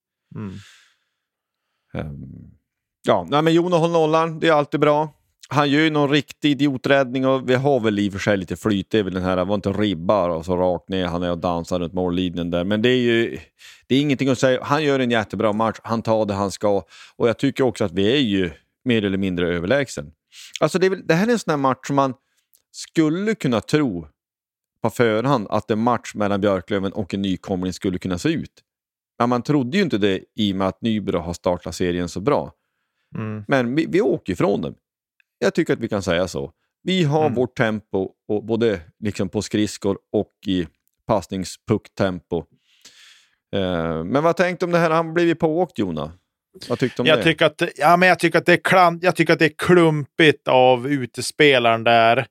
Men Jon håller nollan, det är alltid bra. Han gör ju någon riktig idioträddning och vi har väl i och för sig lite flyt. Det är väl den här, det var inte ribbar och så rakt ner, han är och dansar runt mållinjen där. Men det är ingenting att säga. Han gör en jättebra match, han tar det han ska. Och jag tycker också att vi är ju mer eller mindre överlägsen. Alltså det här är en sån här match som man skulle kunna tro på förhand att en match mellan Björklöven och en nykomling skulle kunna se ut. Men man trodde ju inte det i och med att Nybro har startat serien så bra. Men vi åker ifrån dem. Jag tycker att vi kan säga så. Vi har vårt tempo och både liksom på skridskor och i passningspucktempo. Men vad tänkte om det här? Han blivit pååkt, Jona. Vad tyckte om det? Jag tycker att det är klumpigt av utespelaren där.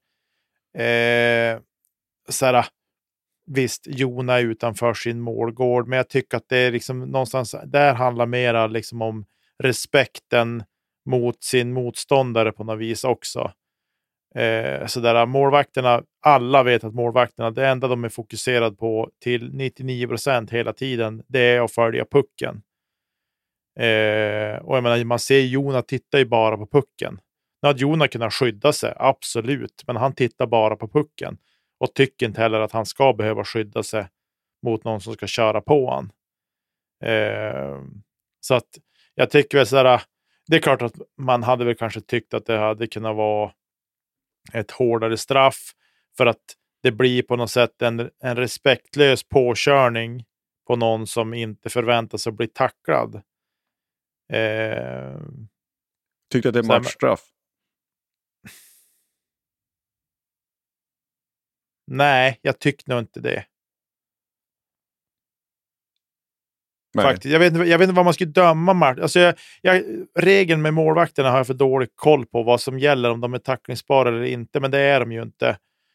Visst, Jona är utanför sin målgård, men jag tycker att det är liksom någonstans där handlar mera liksom om respekten mot sin motståndare på något vis också. Målvakterna, alla vet att målvakterna, det enda de är fokuserade på till 99% hela tiden, det är att följa pucken. Och jag menar, man ser Jona tittar ju bara på pucken. Nu hade Jona kunnat skydda sig, absolut, men han tittar bara på pucken och tycker inte heller att han ska behöva skydda sig mot någon som ska köra på han. Så att jag tycker väl sådär, det är klart att man hade väl kanske tyckt att det hade kunnat vara ett hårdare straff, för att det blir på något sätt en respektlös påkörning på någon som inte förväntar sig att bli tacklad. Tyckte att det är matchstraff? Nej, jag tyckte nog inte det. Faktiskt. Jag vet inte vad man ska döma match. Alltså regeln med målvakterna har jag för dålig koll på vad som gäller, om de är tacklingsbara eller inte, men det är de ju inte.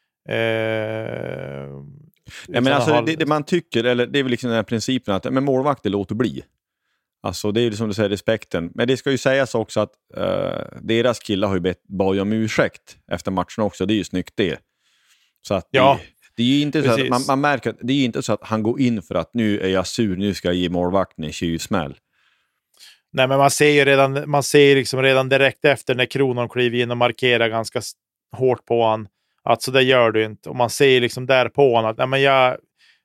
Men alltså, det man tycker, eller det är väl liksom den här principen att men målvakter låter bli. Alltså det är ju som du säger, respekten. Men det ska ju sägas också att deras killar har ju bett om ursäkt efter matchen också. Det är ju snyggt det. Så att det är ju inte så att man märker att det är inte så att han går in för att nu är jag sur, nu ska jag ge målvakten en tjuvsmäll. Nej, men man ser liksom redan direkt efter när Kronan kliver in och markerar ganska hårt på han att så det gör du inte. Och man ser liksom där på han att nej, men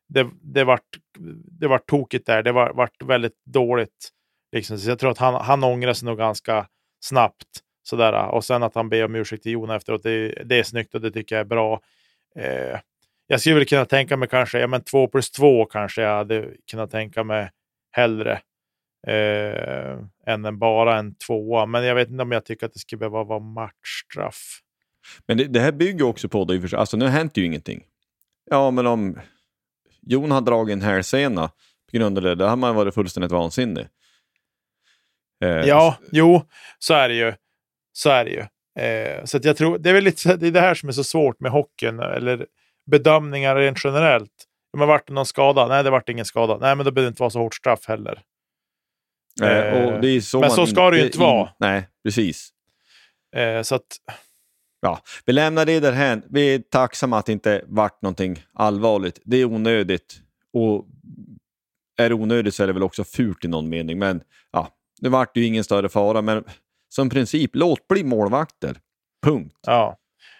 det vart tokigt där. Det vart väldigt dåligt. Liksom. Så jag tror att han ångrar sig nog ganska snabbt. Sådär. Och sen att han ber om ursäkt till Jon efteråt, det är snyggt och det tycker jag är bra. Jag skulle väl kunna tänka mig kanske 2+2 kanske jag hade kunnat tänka mig hellre än bara en 2. Men jag vet inte om jag tycker att det skulle behöva vara matchstraff. Men det här bygger också på det. Alltså nu hänt ju ingenting. Ja, men om Jon har dragit en här scena på grund av det har man varit fullständigt vansinnig. Så är det ju. Så att jag tror, det är väl lite det här som är så svårt med hockeyn eller bedömningar rent generellt. Men vart det någon skada? Nej, det vart ingen skada. Nej, men då behöver det inte vara så hårt straff heller. Och det är så men så ska det ju inte vara. Nej, precis. Så att... Ja, vi lämnar det därhän. Vi är tacksamma att det inte vart någonting allvarligt. Det är onödigt. Och är det onödigt så är det väl också fult i någon mening. Men ja, det vart ju ingen större fara. Men som princip, låt bli målvakter. Punkt. Ja.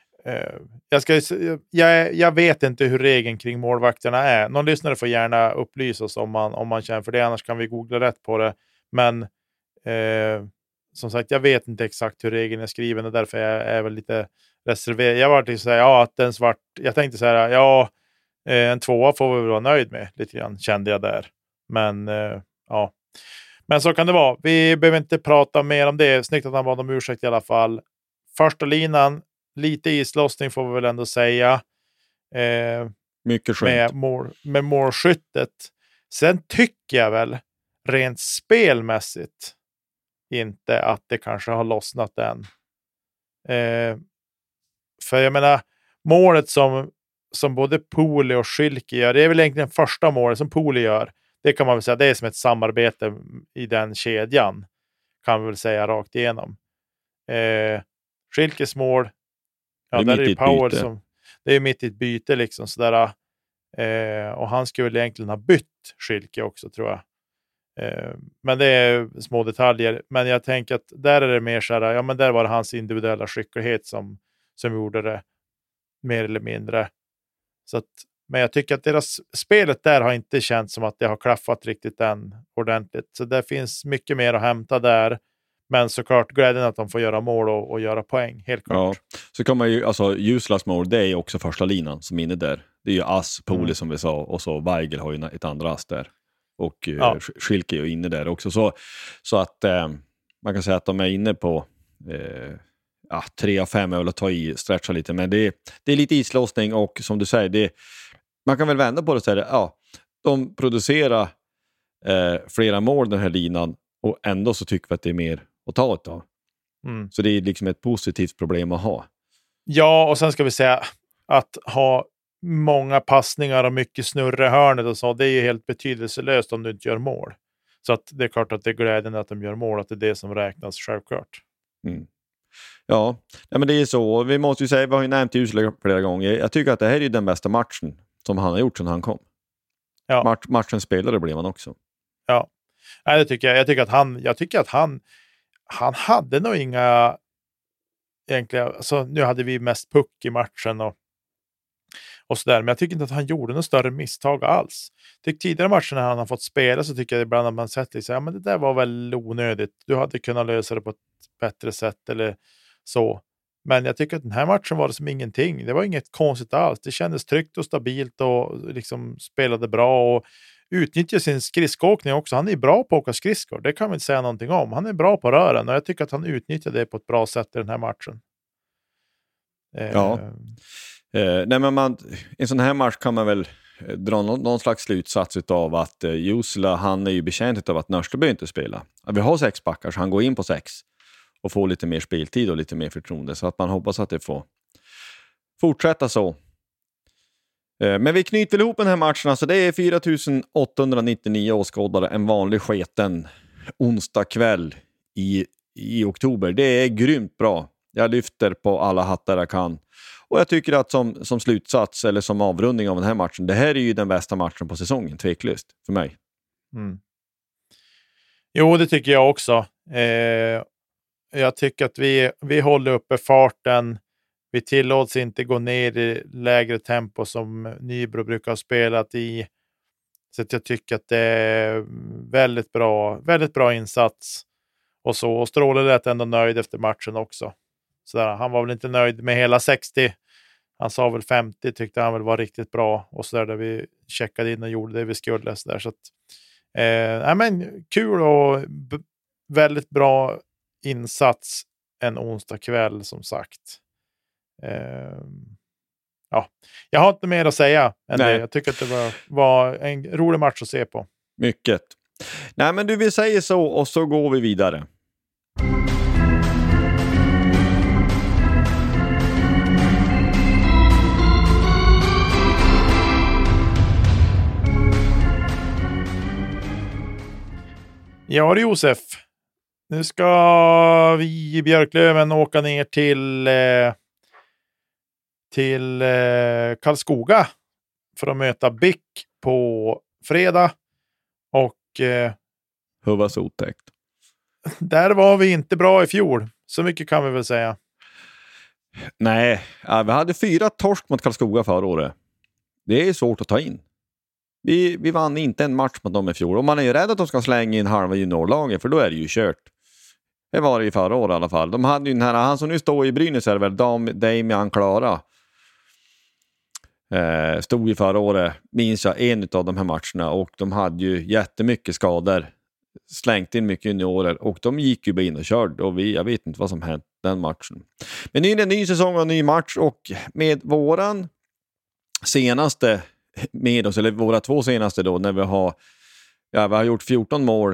Jag vet inte hur regeln kring målvakterna är. Någon lyssnare får gärna upplysa oss om man känner för det. Annars kan vi googla rätt på det. Men som sagt, jag vet inte exakt hur regeln är skriven och därför är väl lite reserverad. Jag var så här, att den svart. Jag tänkte så här, en 2 får vi väl vara nöjd med lite grann, kände jag där. Men ja. Men så kan det vara. Vi behöver inte prata mer om det. Snyggt att han bad om ursäkt i alla fall. Första linan, lite islossning får vi väl ändå säga. Mycket skönt. Med målskyttet. Sen tycker jag väl rent spelmässigt inte att det kanske har lossnat än. För jag menar, målet som både Poli och Schilke gör, det är väl egentligen första målet som Poli gör. Det kan man väl säga, det är som ett samarbete i den kedjan. Kan vi väl säga rakt igenom. Schilkes mål, ja, där är det power som, det är mitt i ett byte liksom sådär. Och han skulle väl egentligen ha bytt Schilke också, tror jag. Men det är små detaljer. Men jag tänker att där är det mer så här, ja, men där var det hans individuella skicklighet som gjorde det mer eller mindre. Så att, men jag tycker att deras spelet där har inte känts som att det har klaffat riktigt än ordentligt. Så det finns mycket mer att hämta där. Men såklart glädjen att de får göra mål och göra poäng, helt klart. Ja, så kan man ju, alltså Juslas mål, det är också första linan som är inne där. Det är ju Ass, Poli som vi sa, och så Weigel har ju ett andra Ass där. Och Schilke är ju inne där också. Så att man kan säga att de är inne på 3 av 5 är väl att ta i, stretcha lite. Men det är lite islåsning och som du säger, man kan väl vända på det och säga de producerar flera mål den här linan och ändå så tycker vi att det är mer att ta ett av. Så det är liksom ett positivt problem att ha. Ja, och sen ska vi säga att ha många passningar och mycket snurre i hörnet och så, det är ju helt betydelselöst om du inte gör mål. Så att det är klart att det är glädjen att de gör mål, att det är det som räknas självklart. Ja, men det är så. Vi måste ju säga, vi har ju nämnt Jusla flera gånger. Jag tycker att det här är den bästa matchen som han har gjort sedan han kom. Ja. Matchen spelare blev han också. Ja, det tycker jag. Jag tycker att han hade nog inga egentligen, alltså, nu hade vi mest puck i matchen och sådär, men jag tycker inte att han gjorde något större misstag alls. Tidigare matcher när han har fått spela så tycker jag ibland att man sett liksom, men det där var väl onödigt. Du hade kunnat lösa det på ett bättre sätt eller så. Men jag tycker att den här matchen var det som ingenting. Det var inget konstigt alls. Det kändes tryggt och stabilt och liksom spelade bra och utnyttjade sin skridskåkning också. Han är bra på att åka skridskor. Det kan man inte säga någonting om. Han är bra på rören och jag tycker att han utnyttjade det på ett bra sätt i den här matchen. Ja. Nej, men en sån här match kan man väl dra någon slags slutsats av att Jusla, han är ju betjänt av att Nörsteby inte spela. Vi har 6 backar så han går in på 6 och får lite mer speltid och lite mer förtroende, så att man hoppas att det får fortsätta så. Men vi knyter väl ihop den här matchen, alltså det är 4899 åskådare en vanlig sketen onsdag kväll i oktober. Det är grymt bra. Jag lyfter på alla hattar jag kan. Och jag tycker att som slutsats eller som avrundning av den här matchen, det här är ju den bästa matchen på säsongen, tveklöst för mig. Jo, det tycker jag också. Jag tycker att vi håller uppe farten. Vi tillåts inte gå ner i lägre tempo som Nybro brukar ha spelat i. Så att jag tycker att det är väldigt bra insats. Och Stråle lät ändå nöjd efter matchen också. Så han var väl inte nöjd med hela 60. Han sa väl 50, tyckte han väl var riktigt bra. Och så där vi checkade in och gjorde det vi skulle. Så att, men kul och väldigt bra insats en onsdag kväll som sagt. Jag har inte mer att säga än det. Jag tycker att det var en rolig match att se på. Mycket. Nej, men vi säger så och så går vi vidare. Ja, Josef. Nu ska vi i Björklöven åka ner till Karlskoga för att möta BIK på fredag. Och hur var så otäckt? Där var vi inte bra i fjol. Så mycket kan vi väl säga. Nej, vi hade 4 torsk mot Karlskoga förra året. Det är svårt att ta in. Vi vann inte en match mot dem i fjol. Och man är ju rädd att de ska slänga in halva juniorlaget, för då är det ju kört. Det var det i förra året i alla fall. De hade ju den här, han som nu står i Brynäs är väl Damian Klara. Stod i förra året, minns jag, en av de här matcherna. Och de hade ju jättemycket skador. Slängt in mycket juniorer. Och de gick ju bara in och körde. Och jag vet inte vad som hänt den matchen. Men nu är det en ny säsong och en ny match. Och med våran senaste med oss, eller våra 2 senaste då, när vi har gjort 14 mål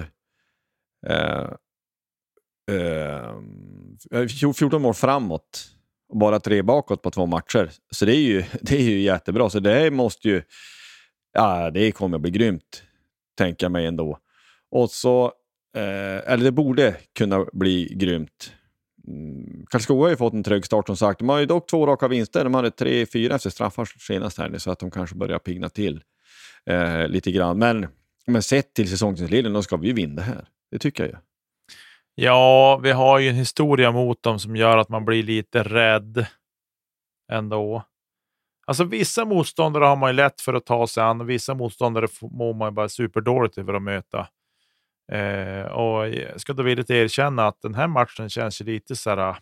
14 mål framåt och bara 3 bakåt på 2 matcher. Så det är ju jättebra. Så det måste ju det kommer att bli grymt, tänker jag mig ändå. Och så eller det borde kunna bli grymt. Karlskoga har ju fått en trygg start som sagt. De har ju dock 2 raka vinster. De hade 3-4 efter straffar senast här, så att de kanske börjar pigna till lite grann. Men sett till säsongsinledningen, då ska vi ju vinna här. Det tycker jag ju. Ja, vi har ju en historia mot dem som gör att man blir lite rädd ändå. Alltså vissa motståndare har man ju lätt för att ta sig an, och vissa motståndare mår man ju bara superdåligt över att möta. Och jag ska då vilja erkänna att den här matchen känns ju lite så här,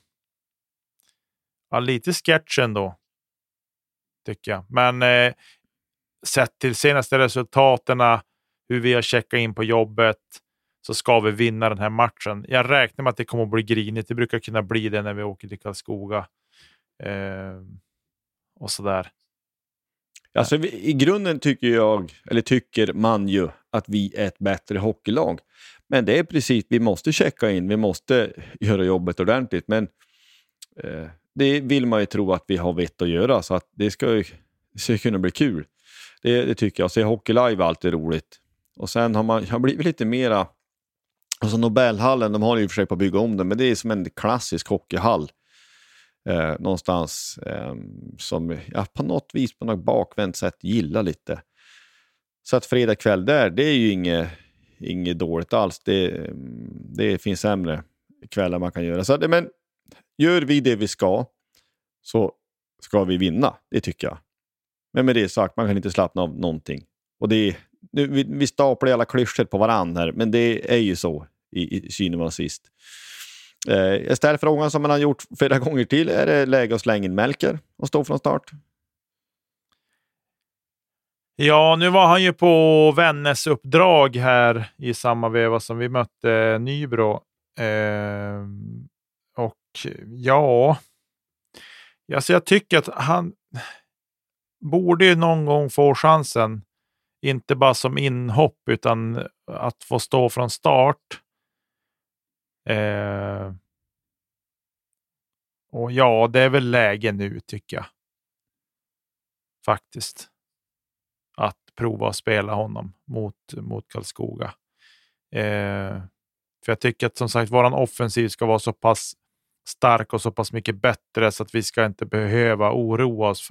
lite sketch ändå, tycker jag. Men sett till senaste resultaten, hur vi har checkat in på jobbet, så ska vi vinna den här matchen. Jag räknar med att det kommer att bli grinigt. Det brukar kunna bli det när vi åker till Karlskoga. Och sådär. Alltså i grunden tycker man ju att vi är ett bättre hockeylag. Men det är precis, vi måste checka in, vi måste göra jobbet ordentligt. Men det vill man ju tro att vi har vett att göra, så att det ska kunna bli kul. Det tycker jag. Se hockey live är alltid roligt. Och sen har blivit lite mera, alltså Nobelhallen, de har ju i och för sig på att bygga om den, men det är som en klassisk hockeyhall. Någonstans som jag på något vis på något bakvänt sätt gillar lite. Så att fredag kväll där, det är ju inget dåligt alls. Det finns sämre kvällar man kan göra. Så men gör vi det vi ska, så ska vi vinna, det tycker jag. Men med det sagt, man kan inte slappna av någonting. Och vi staplar alla klyschor på varandra här, men det är ju så i synen sist. Jag ställer frågan som man har gjort flera gånger till. Är det läge att slänga in Melker och stå från start? Ja, nu var han ju på Vännäs uppdrag här i samma veva som vi mötte Nybro. Och ja, alltså jag tycker att han borde ju någon gång få chansen. Inte bara som inhopp, utan att få stå från start. Och ja, det är väl läge nu, tycker jag. Faktiskt. Att prova att spela honom mot Karlskoga. För jag tycker att som sagt våran offensiv ska vara så pass stark och så pass mycket bättre, så att vi ska inte behöva oroa oss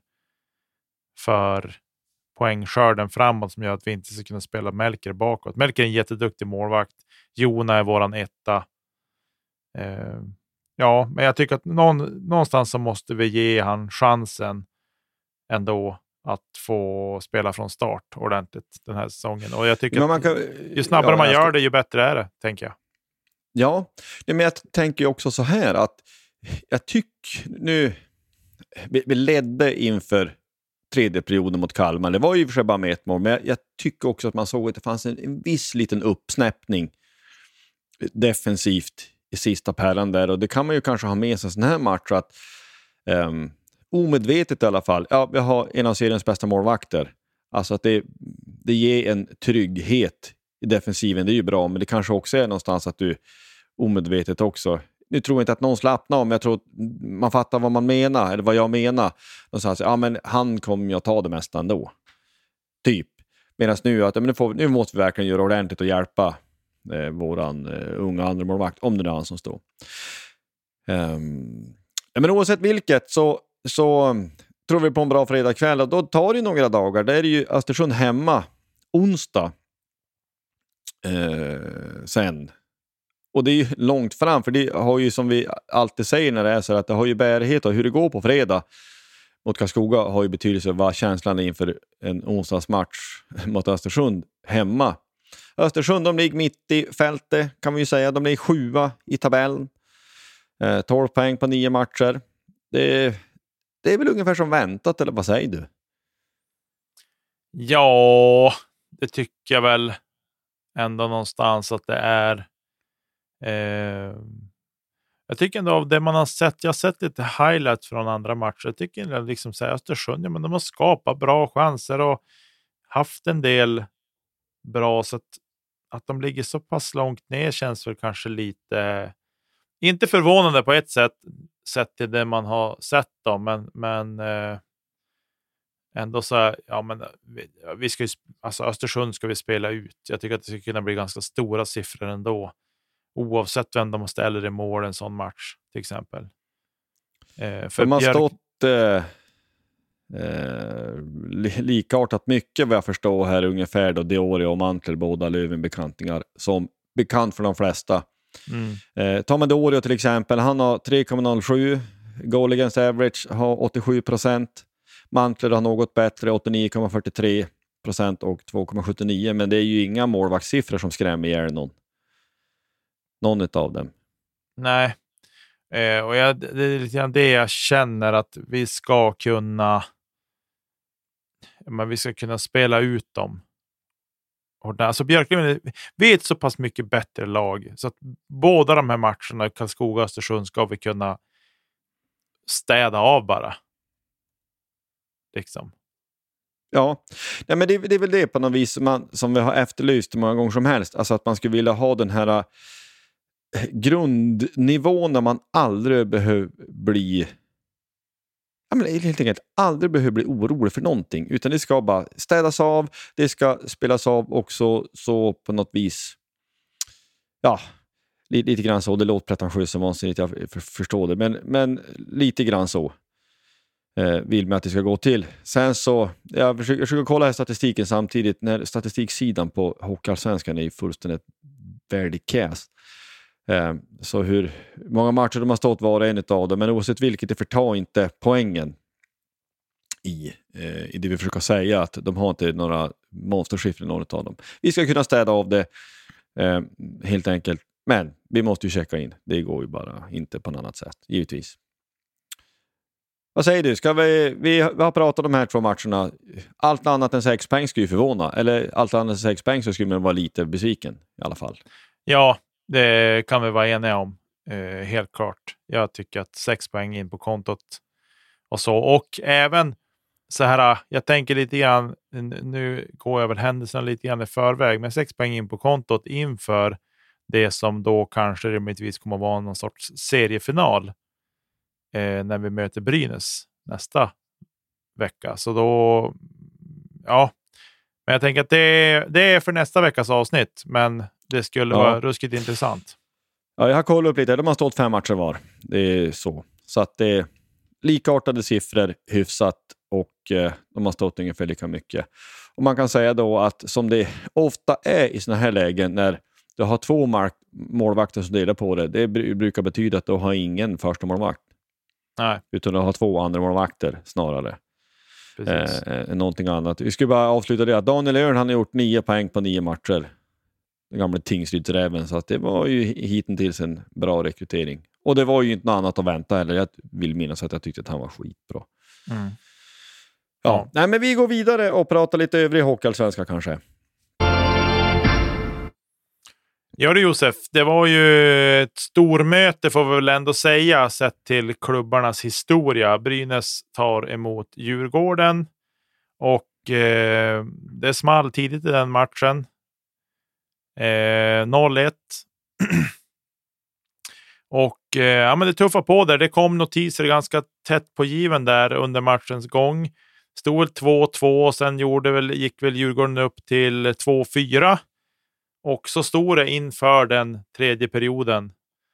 för poängskörden framåt, som gör att vi inte ska kunna spela Melker bakåt. Melker är en jätteduktig målvakt. Jona är våran etta. Ja, men jag tycker att någonstans så måste vi ge han chansen ändå att få spela från start ordentligt den här säsongen. Och jag tycker ju snabbare man gör det, ju bättre är det, tänker jag. Ja, men jag tänker också så här att jag tycker nu vi ledde inför tredje perioden mot Kalmar. Det var ju för sig bara med ett mål, men jag tycker också att man såg att det fanns en viss liten uppsnäppning defensivt i sista pärlan där, och det kan man ju kanske ha med sig sån här match att omedvetet i alla fall, ja, vi har en av seriens bästa målvakter, alltså att det ger en trygghet i defensiven, det är ju bra, men det kanske också är någonstans att du omedvetet också, nu tror jag inte att någon slappnar om, jag tror att man fattar vad man menar, eller vad jag menar någonstans, ja men han kommer ju att ta det mesta ändå typ, medan nu att nu måste vi verkligen göra ordentligt och hjälpa våran unga andra målvakt, om det är han som står. Men oavsett vilket så tror vi på en bra fredagkväll, och då tar det några dagar. Där är det ju Östersund hemma onsdag sen. Och det är ju långt fram, för det har ju, som vi alltid säger när det är så, att det har ju bärighet, och hur det går på fredag mot Karlskoga har ju betydelse vad känslan är inför en onsdagsmatch mot Östersund hemma. Östersund, de ligger mitt i fältet kan vi ju säga. De ligger 7 i tabellen. 12 poäng på 9 matcher. Det är väl ungefär som väntat, eller vad säger du? Ja, det tycker jag väl ändå någonstans att det är. Jag tycker ändå av det man har sett, jag har sett lite highlights från andra matcher. Jag tycker liksom så här, Östersund, ja, men de har skapat bra chanser och haft en del bra, så att de ligger så pass långt ner känns väl kanske lite, inte förvånande på ett sätt sett till det man har sett dem, men ändå så här, ja, men vi ska ju, alltså Östersund ska vi spela ut. Jag tycker att det ska kunna bli ganska stora siffror ändå, oavsett vem de ställer i mål en sån match till exempel. För de har stått likartat mycket vad jag förstår här ungefär då, Diori och Mantel, båda Löven-bekantingar som bekant för de flesta. Tar man Diori till exempel, han har 3,07 goal against average, har 87%. Mantel har något bättre, 89,43% och 2,79, men det är ju inga målvaktssiffror som skrämmer ihjäl någon av dem. Nej. Och det är lite grann det jag känner, att vi ska kunna spela ut dem. Alltså Björklöven, vi är ett så pass mycket bättre lag, så att båda de här matcherna, Karlskoga och Östersund, ska vi kunna städa av bara. Liksom. Ja, nej, men det är väl det på något vis som vi har efterlyst många gånger som helst. Alltså att man skulle vilja ha den här grundnivån där man aldrig behöver bli, ja, men helt enkelt aldrig behöver bli orolig för någonting, utan det ska bara städas av, det ska spelas av också, så på något vis, ja, lite grann så. Det låter pretentiöst som vansinnigt, jag förstår det, men lite grann så vill man att det ska gå till. Sen så, jag försöker kolla här statistiken samtidigt, när statistiksidan på Hockeyallsvenskan är fullständigt värdekäst. Så hur många matcher de har stått var en av dem, men oavsett vilket, det förtar inte poängen i det vi försöker säga, att de har inte några monstersiffror någon av dem. Vi ska kunna städa av det helt enkelt, men vi måste ju checka in. Det går ju bara inte på något annat sätt, givetvis. Vad säger du? Ska vi har pratat om de här 2 matcherna. Allt annat än 6 poäng skulle ju förvåna, eller allt annat än 6 poäng så skulle man vara lite besviken i alla fall. Ja, det kan vi vara eniga om. Helt klart. Jag tycker att 6 poäng in på kontot och så. Och även så här, jag tänker lite grann, nu går jag väl händelserna lite grann i förväg, men 6 poäng in på kontot inför det som då kanske rimligtvis kommer att vara någon sorts seriefinal när vi möter Brynäs nästa vecka. Så då, ja, men jag tänker att det är för nästa veckas avsnitt, men det skulle vara ruskigt intressant. Ja, jag har kollat upp lite. De har stått 5 matcher var. Det är så. Så att det är likartade siffror, hyfsat, och de har stått ungefär lika mycket. Och man kan säga då att som det ofta är i såna här lägen när du har 2 målvakter som delar på det. Det brukar betyda att du har ingen första målvakt. Nej. Utan du har 2 andra målvakter snarare. Någonting annat. Vi skulle bara avsluta det att Daniel Örn, han har gjort 9 poäng på 9 matcher. Den gamla Tingsrydsräven. Så att det var ju hittills en bra rekrytering. Och det var ju inte något annat att vänta heller. Jag vill minnas att jag tyckte att han var skitbra. Ja. Nej, men vi går vidare och pratar lite övrig hockeyallsvenska kanske. Ja du Josef, det var ju ett stormöte får vi väl ändå säga sett till klubbarnas historia. Brynäs tar emot Djurgården och det small tidigt i den matchen. 0-1. Och ja, men det tuffar på där. Det kom notiser ganska tätt på given där under matchens gång. Stod 2-2 och sen gick väl Djurgården upp till 2-4. Och så stod det inför den tredje perioden.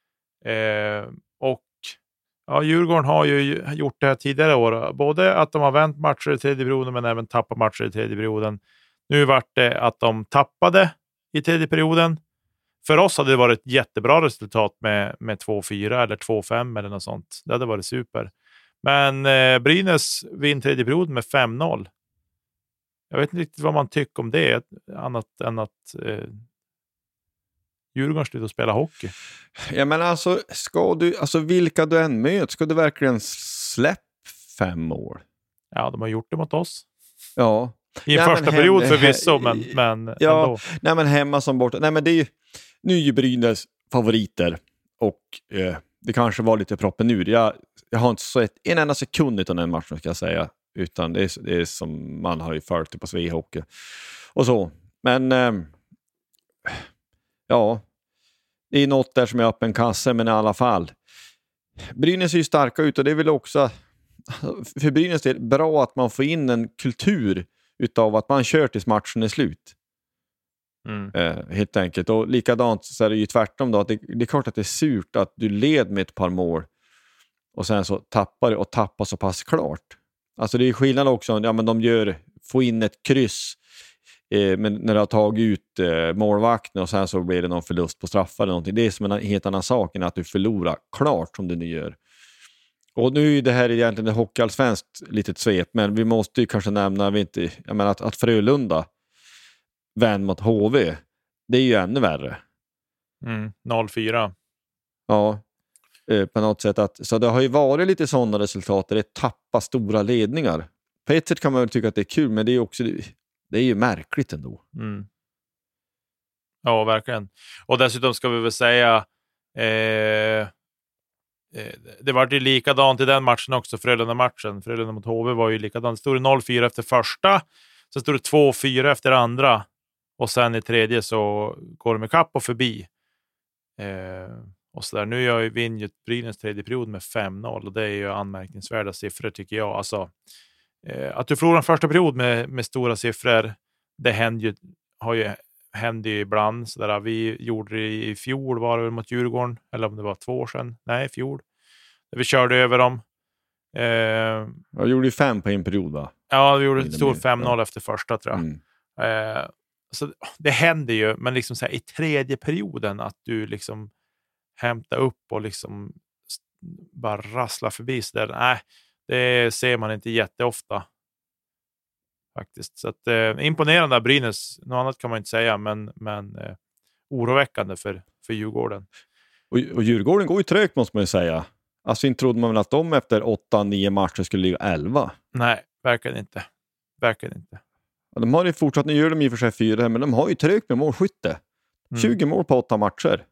Och ja, Djurgården har ju gjort det här tidigare år. Både att de har vänt matcher i tredje perioden men även tappat matcher i tredje perioden. Nu vart det att de tappade i tredje perioden. För oss hade det varit ett jättebra resultat med 2-4 eller 2-5 eller något sånt. Det hade varit super. Men Brynäs vinner tredje perioden med 5-0. Jag vet inte riktigt vad man tycker om det. Annat än att Djurgården slutar spela hockey. Ja, men alltså vilka du än möter, ska du verkligen släppa 5 mål? Ja, de har gjort det mot oss. Ja. I en första period förvisso, men ja, ändå. Nej, men hemma som borta. Nej, men det är ju nu är Brynäs favoriter och det kanske var lite proppen ur. Jag har inte sett en enda sekund utan den matchen ska jag säga. Utan det är som man har ju följt det på Svehockey och så. Men ja, det är något där som är öppen kasse, men i alla fall. Brynäs är ju starka ut och det är väl också för Brynäs är det bra att man får in en kultur utav att man kör tills matchen är slut. Helt enkelt. Och likadant så är det ju tvärtom då. Att det är klart att det är surt att du led med ett par mål och sen så tappar du och tappar så pass klart. Alltså det är skillnad också. Ja, men de får in ett kryss men när du har tagit ut målvakten och sen så blir det någon förlust på straffar eller någonting. Det är som en helt annan sak än att du förlorar klart som du nu gör. Och nu är det här egentligen ett hockeyallsvenskt litet svep, men vi måste ju kanske nämna att Frölunda vän mot HV, det är ju ännu värre. 0-4. Ja, på något sätt. Så det har ju varit lite sådana resultat där det tappar stora ledningar. På ett sätt kan man väl tycka att det är kul, men det är också det är ju märkligt ändå. Ja, verkligen. Och dessutom ska vi väl säga det var ju likadant i den matchen också, Frölunda-matchen. Frölunda mot HV var ju likadant. Det stod 0-4 efter första, så stod det 2-4 efter andra. Och sen i tredje så går de i kapp och förbi. Och så där. Nu vinner ju Brynäs tredje period med 5-0. Och det är ju anmärkningsvärda siffror tycker jag. Alltså, att du förlorar en första period med stora siffror, det händer ju ibland. Så där, vi gjorde det i fjol, var det mot Djurgården. Eller om det var 2 år sedan. Nej, fjol. Där vi körde över dem. Jag gjorde ju 5 på en period, va? Ja, vi gjorde ett stort 5-0 efter första, tror jag. Så det händer ju, men liksom så här, i tredje perioden att du liksom hämtar upp och liksom bara rasslar förbi så där. Nej, det ser man inte jätteofta faktiskt. Så att imponerande av Brynäs, något annat kan man inte säga, men oroväckande för Djurgården. Och Djurgården går ju trögt måste man ju säga. Alltså inte trodde man väl att de efter 8-9 matcher skulle ligga 11? Nej, verkligen inte. Ja, de har ju fortsatt, nu gör de i och för sig 4, men de har ju trögt med målskytte. 20 mål på 8 matcher.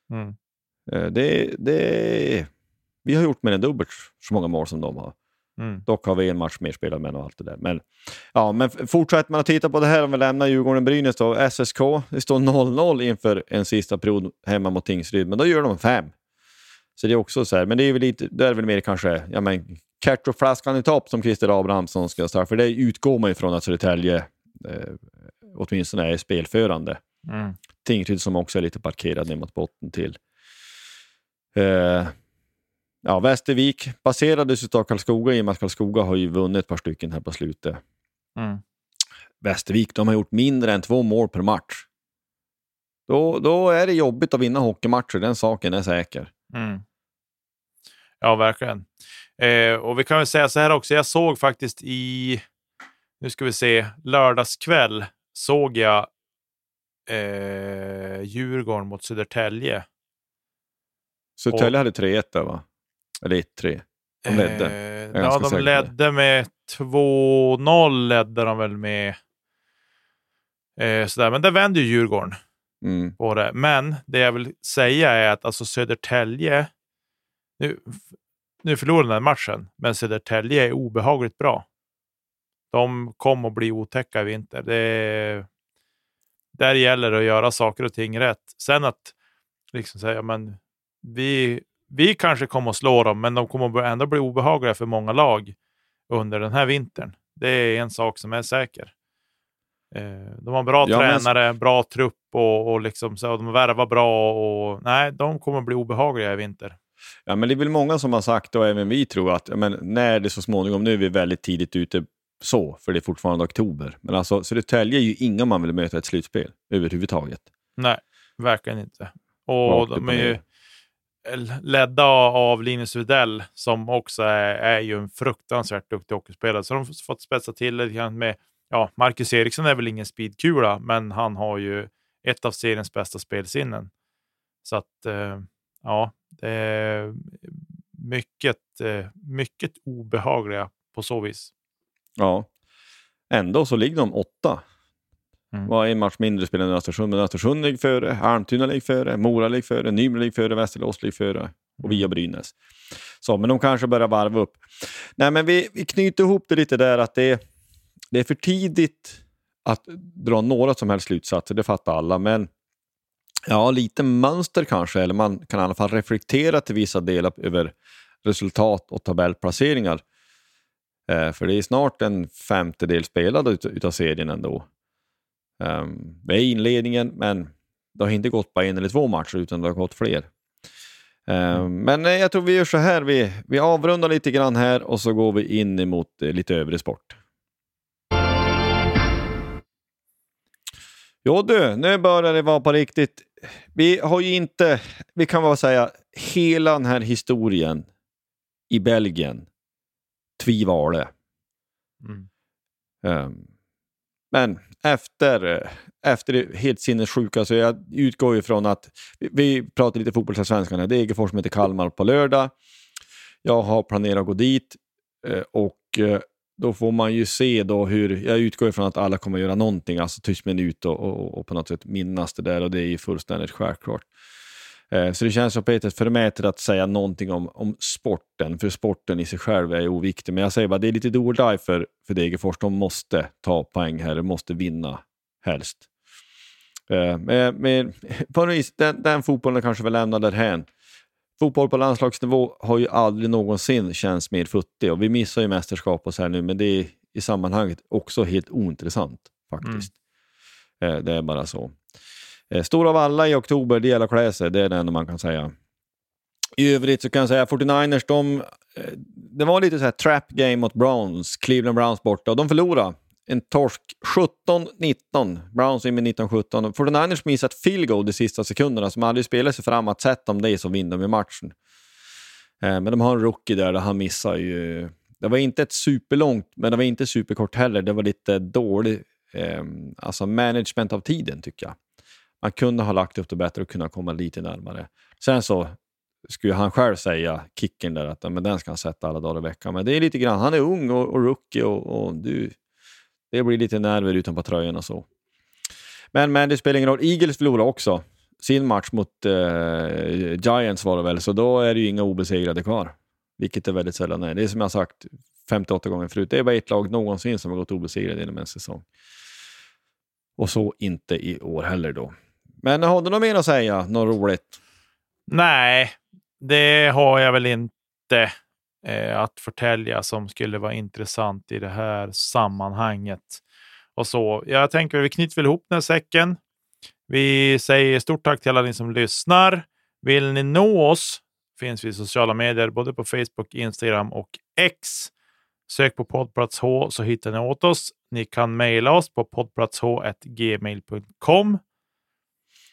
Vi har gjort mer än dubbelt så många mål som de har. Dock har vi en match mer spelad med och allt det där. Men fortsätter man att titta på det här om vi lämnar Djurgården-Brynäs då. SSK, det står 0-0 inför en sista period hemma mot Tingsryd, men då gör de 5. Så det är också så här, men det är väl lite, det är väl mer kanske, catch och flaskan i topp som Christer Abrahamsson ska starta, för det utgår man ifrån att Södertälje åtminstone är spelförande. Tingsryd som också är lite parkerad ner mot botten till. Västervik baserades av Karlskoga i och med att Karlskoga har ju vunnit ett par stycken här på slutet. Västervik, de har gjort mindre än 2 mål per match. Då är det jobbigt att vinna hockeymatcher, den saken är säker. Mm. Ja, verkligen. Och vi kan väl säga så här också, jag såg faktiskt nu ska vi se, lördagskväll såg jag Djurgården mot Södertälje. Södertälje hade 3-1 där, va? Eller 1-3. De ledde. Ja, de ledde med 2-0 ledde de väl med. Sådär. Men det vände ju Djurgården på det. Men det jag vill säga är att alltså Södertälje nu förlorade den matchen, men Södertälje är obehagligt bra. De kommer att bli otäcka i vinter. Där gäller det att göra saker och ting rätt. Sen att liksom säga, men vi kanske kommer att slå dem, men de kommer ändå bli obehagliga för många lag under den här vintern. Det är en sak som är säker. De har bra tränare, bra trupp och liksom så, de värvar bra och nej, de kommer att bli obehagliga i vinter. Ja, men det är väl många som har sagt, och även vi tror att när det så småningom, nu är vi väldigt tidigt ute för det är fortfarande oktober. Men alltså Södertälje är ju inga man vill möta ett slutspel överhuvudtaget. Nej, verkligen inte. Och de är ju ledda av Linus Widell som också är ju en fruktansvärt duktig hockeyspelare. Så de har fått spetsa till lite grann med, Marcus Eriksson är väl ingen speedkula, men han har ju ett av seriens bästa spelsinnen. Så att det är mycket obehagliga på så vis. Ja, ändå så ligger de 8. Var en match mindre spelande än Östersund, men Östersund ligger före, Almtuna ligger före, Mora ligger före, Nybro ligger före, Västerås ligger före och via Brynäs. Så, men de kanske börjar varva upp. Nej, men vi knyter ihop det lite där att det är för tidigt att dra några som helst slutsatser, det fattar alla, men lite mönster kanske, eller man kan i alla fall reflektera till vissa delar över resultat och tabellplaceringar. För det är snart en 50-del spelad utav serien ändå. Det är inledningen, men det har inte gått bara 1 eller 2 matcher utan det har gått fler. Men jag tror vi gör så här, vi avrundar lite grann här och så går vi in emot lite övrig sport. Jo du, nu börjar det vara på riktigt. Vi har ju inte, vi kan bara säga, hela den här historien i Belgien tvivale. Men efter det helt sinnessjuka, så jag utgår ifrån att vi pratar lite fotbollsallsvenskan här. Degerfors som heter Kalmar på lördag. Jag har planerat att gå dit och då får man ju se då hur, jag utgår ifrån att alla kommer att göra någonting, alltså tyst minut och på något sätt minnas det där, och det är ju fullständigt självklart. Så det känns som Peter förmäter att säga någonting om sporten, för sporten i sig själv är oviktig, men jag säger bara, det är lite do or die för Degerfors, de måste ta poäng här, de måste vinna helst. Men på något vis, den fotbollen kanske väl lämnar därhän. Fotboll på landslagsnivå har ju aldrig någonsin känts mer futtig, och vi missar ju mästerskap och så här nu, men det är i sammanhanget också helt ointressant faktiskt. Det är bara så. Stora Valla i oktober, det gäller kläser, det är det enda man kan säga. I övrigt så kan jag säga 49ers, det var lite så här trap game mot Browns, Cleveland Browns borta, och de förlorade. En torsk 17-19, Browns in med 19-17. 49ers missat field goal de sista sekunderna, som aldrig spelar sig fram att sätta om det så vinner de i matchen. Men de har en rookie där han missar ju. Det var inte ett superlångt, men det var inte superkort heller. Det var lite dålig alltså management av tiden, tycker jag. Man kunde ha lagt upp det bättre och kunna komma lite närmare. Sen så skulle han själv säga, kicken där, att men den ska han sätta alla dagar i veckan. Men det är lite grann, han är ung och rookie och det blir lite nerver utanpå tröjan och så. Men det spelar ingen roll. Eagles förlorar också sin match mot Giants var det väl. Så då är det ju inga obesegrade kvar. Vilket är väldigt sällan är. Det är som jag sagt 58 gånger förut. Det är bara ett lag någonsin som har gått obesegrade inom en säsong. Och så inte i år heller då. Men har du något mer att säga? Något roligt? Nej, det har jag väl inte att förtälja som skulle vara intressant i det här sammanhanget. Och så, jag tänker att vi knyter väl ihop den här säcken. Vi säger stort tack till alla ni som lyssnar. Vill ni nå oss finns vi i sociala medier både på Facebook, Instagram och X. Sök på Poddplats H så hittar ni åt oss. Ni kan mejla oss på poddplatsh@gmail.com.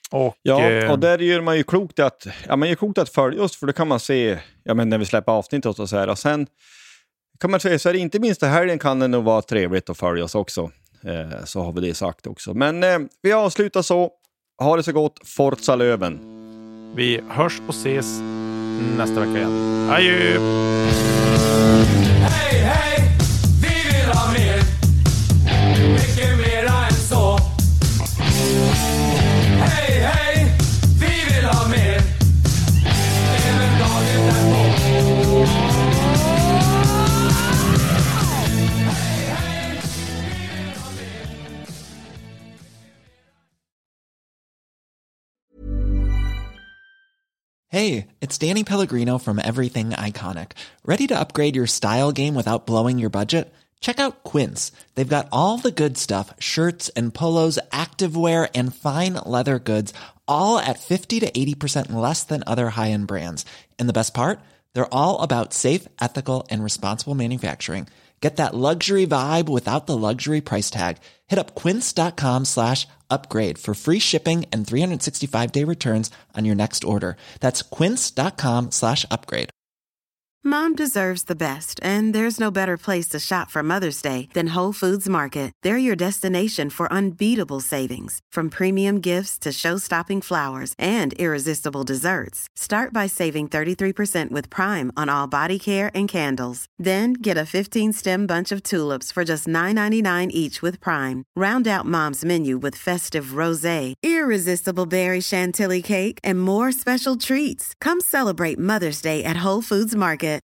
Och, och där gör man ju klokt att följa oss, för då kan man se när vi släpper avsnitt och så här. Och sen kan man säga så här, inte minst det helgen kan det nog vara trevligt att följa oss också. Så har vi det sagt också. Men vi avslutar så. Ha det så gott. Forza Löven. Vi hörs och ses nästa vecka igen. Adjö! Hej, hej! Vi vill ha mer. Mycket mera än så. Hej, hej! Vi vill ha mer. Även dagen därpå. Hey, it's Danny Pellegrino from Everything Iconic. Ready to upgrade your style game without blowing your budget? Check out Quince. They've got all the good stuff, shirts and polos, activewear, and fine leather goods, all at 50 to 80% less than other high-end brands. And the best part? They're all about safe, ethical, and responsible manufacturing. Get that luxury vibe without the luxury price tag. Hit up quince.com/upgrade for free shipping and 365-day returns on your next order. That's quince.com/upgrade. Mom deserves the best, and there's no better place to shop for Mother's Day than Whole Foods Market. They're your destination for unbeatable savings, from premium gifts to show-stopping flowers and irresistible desserts. Start by saving 33% with Prime on all body care and candles. Then get a 15-stem bunch of tulips for just $9.99 each with Prime. Round out Mom's menu with festive rosé, irresistible berry chantilly cake, and more special treats. Come celebrate Mother's Day at Whole Foods Market.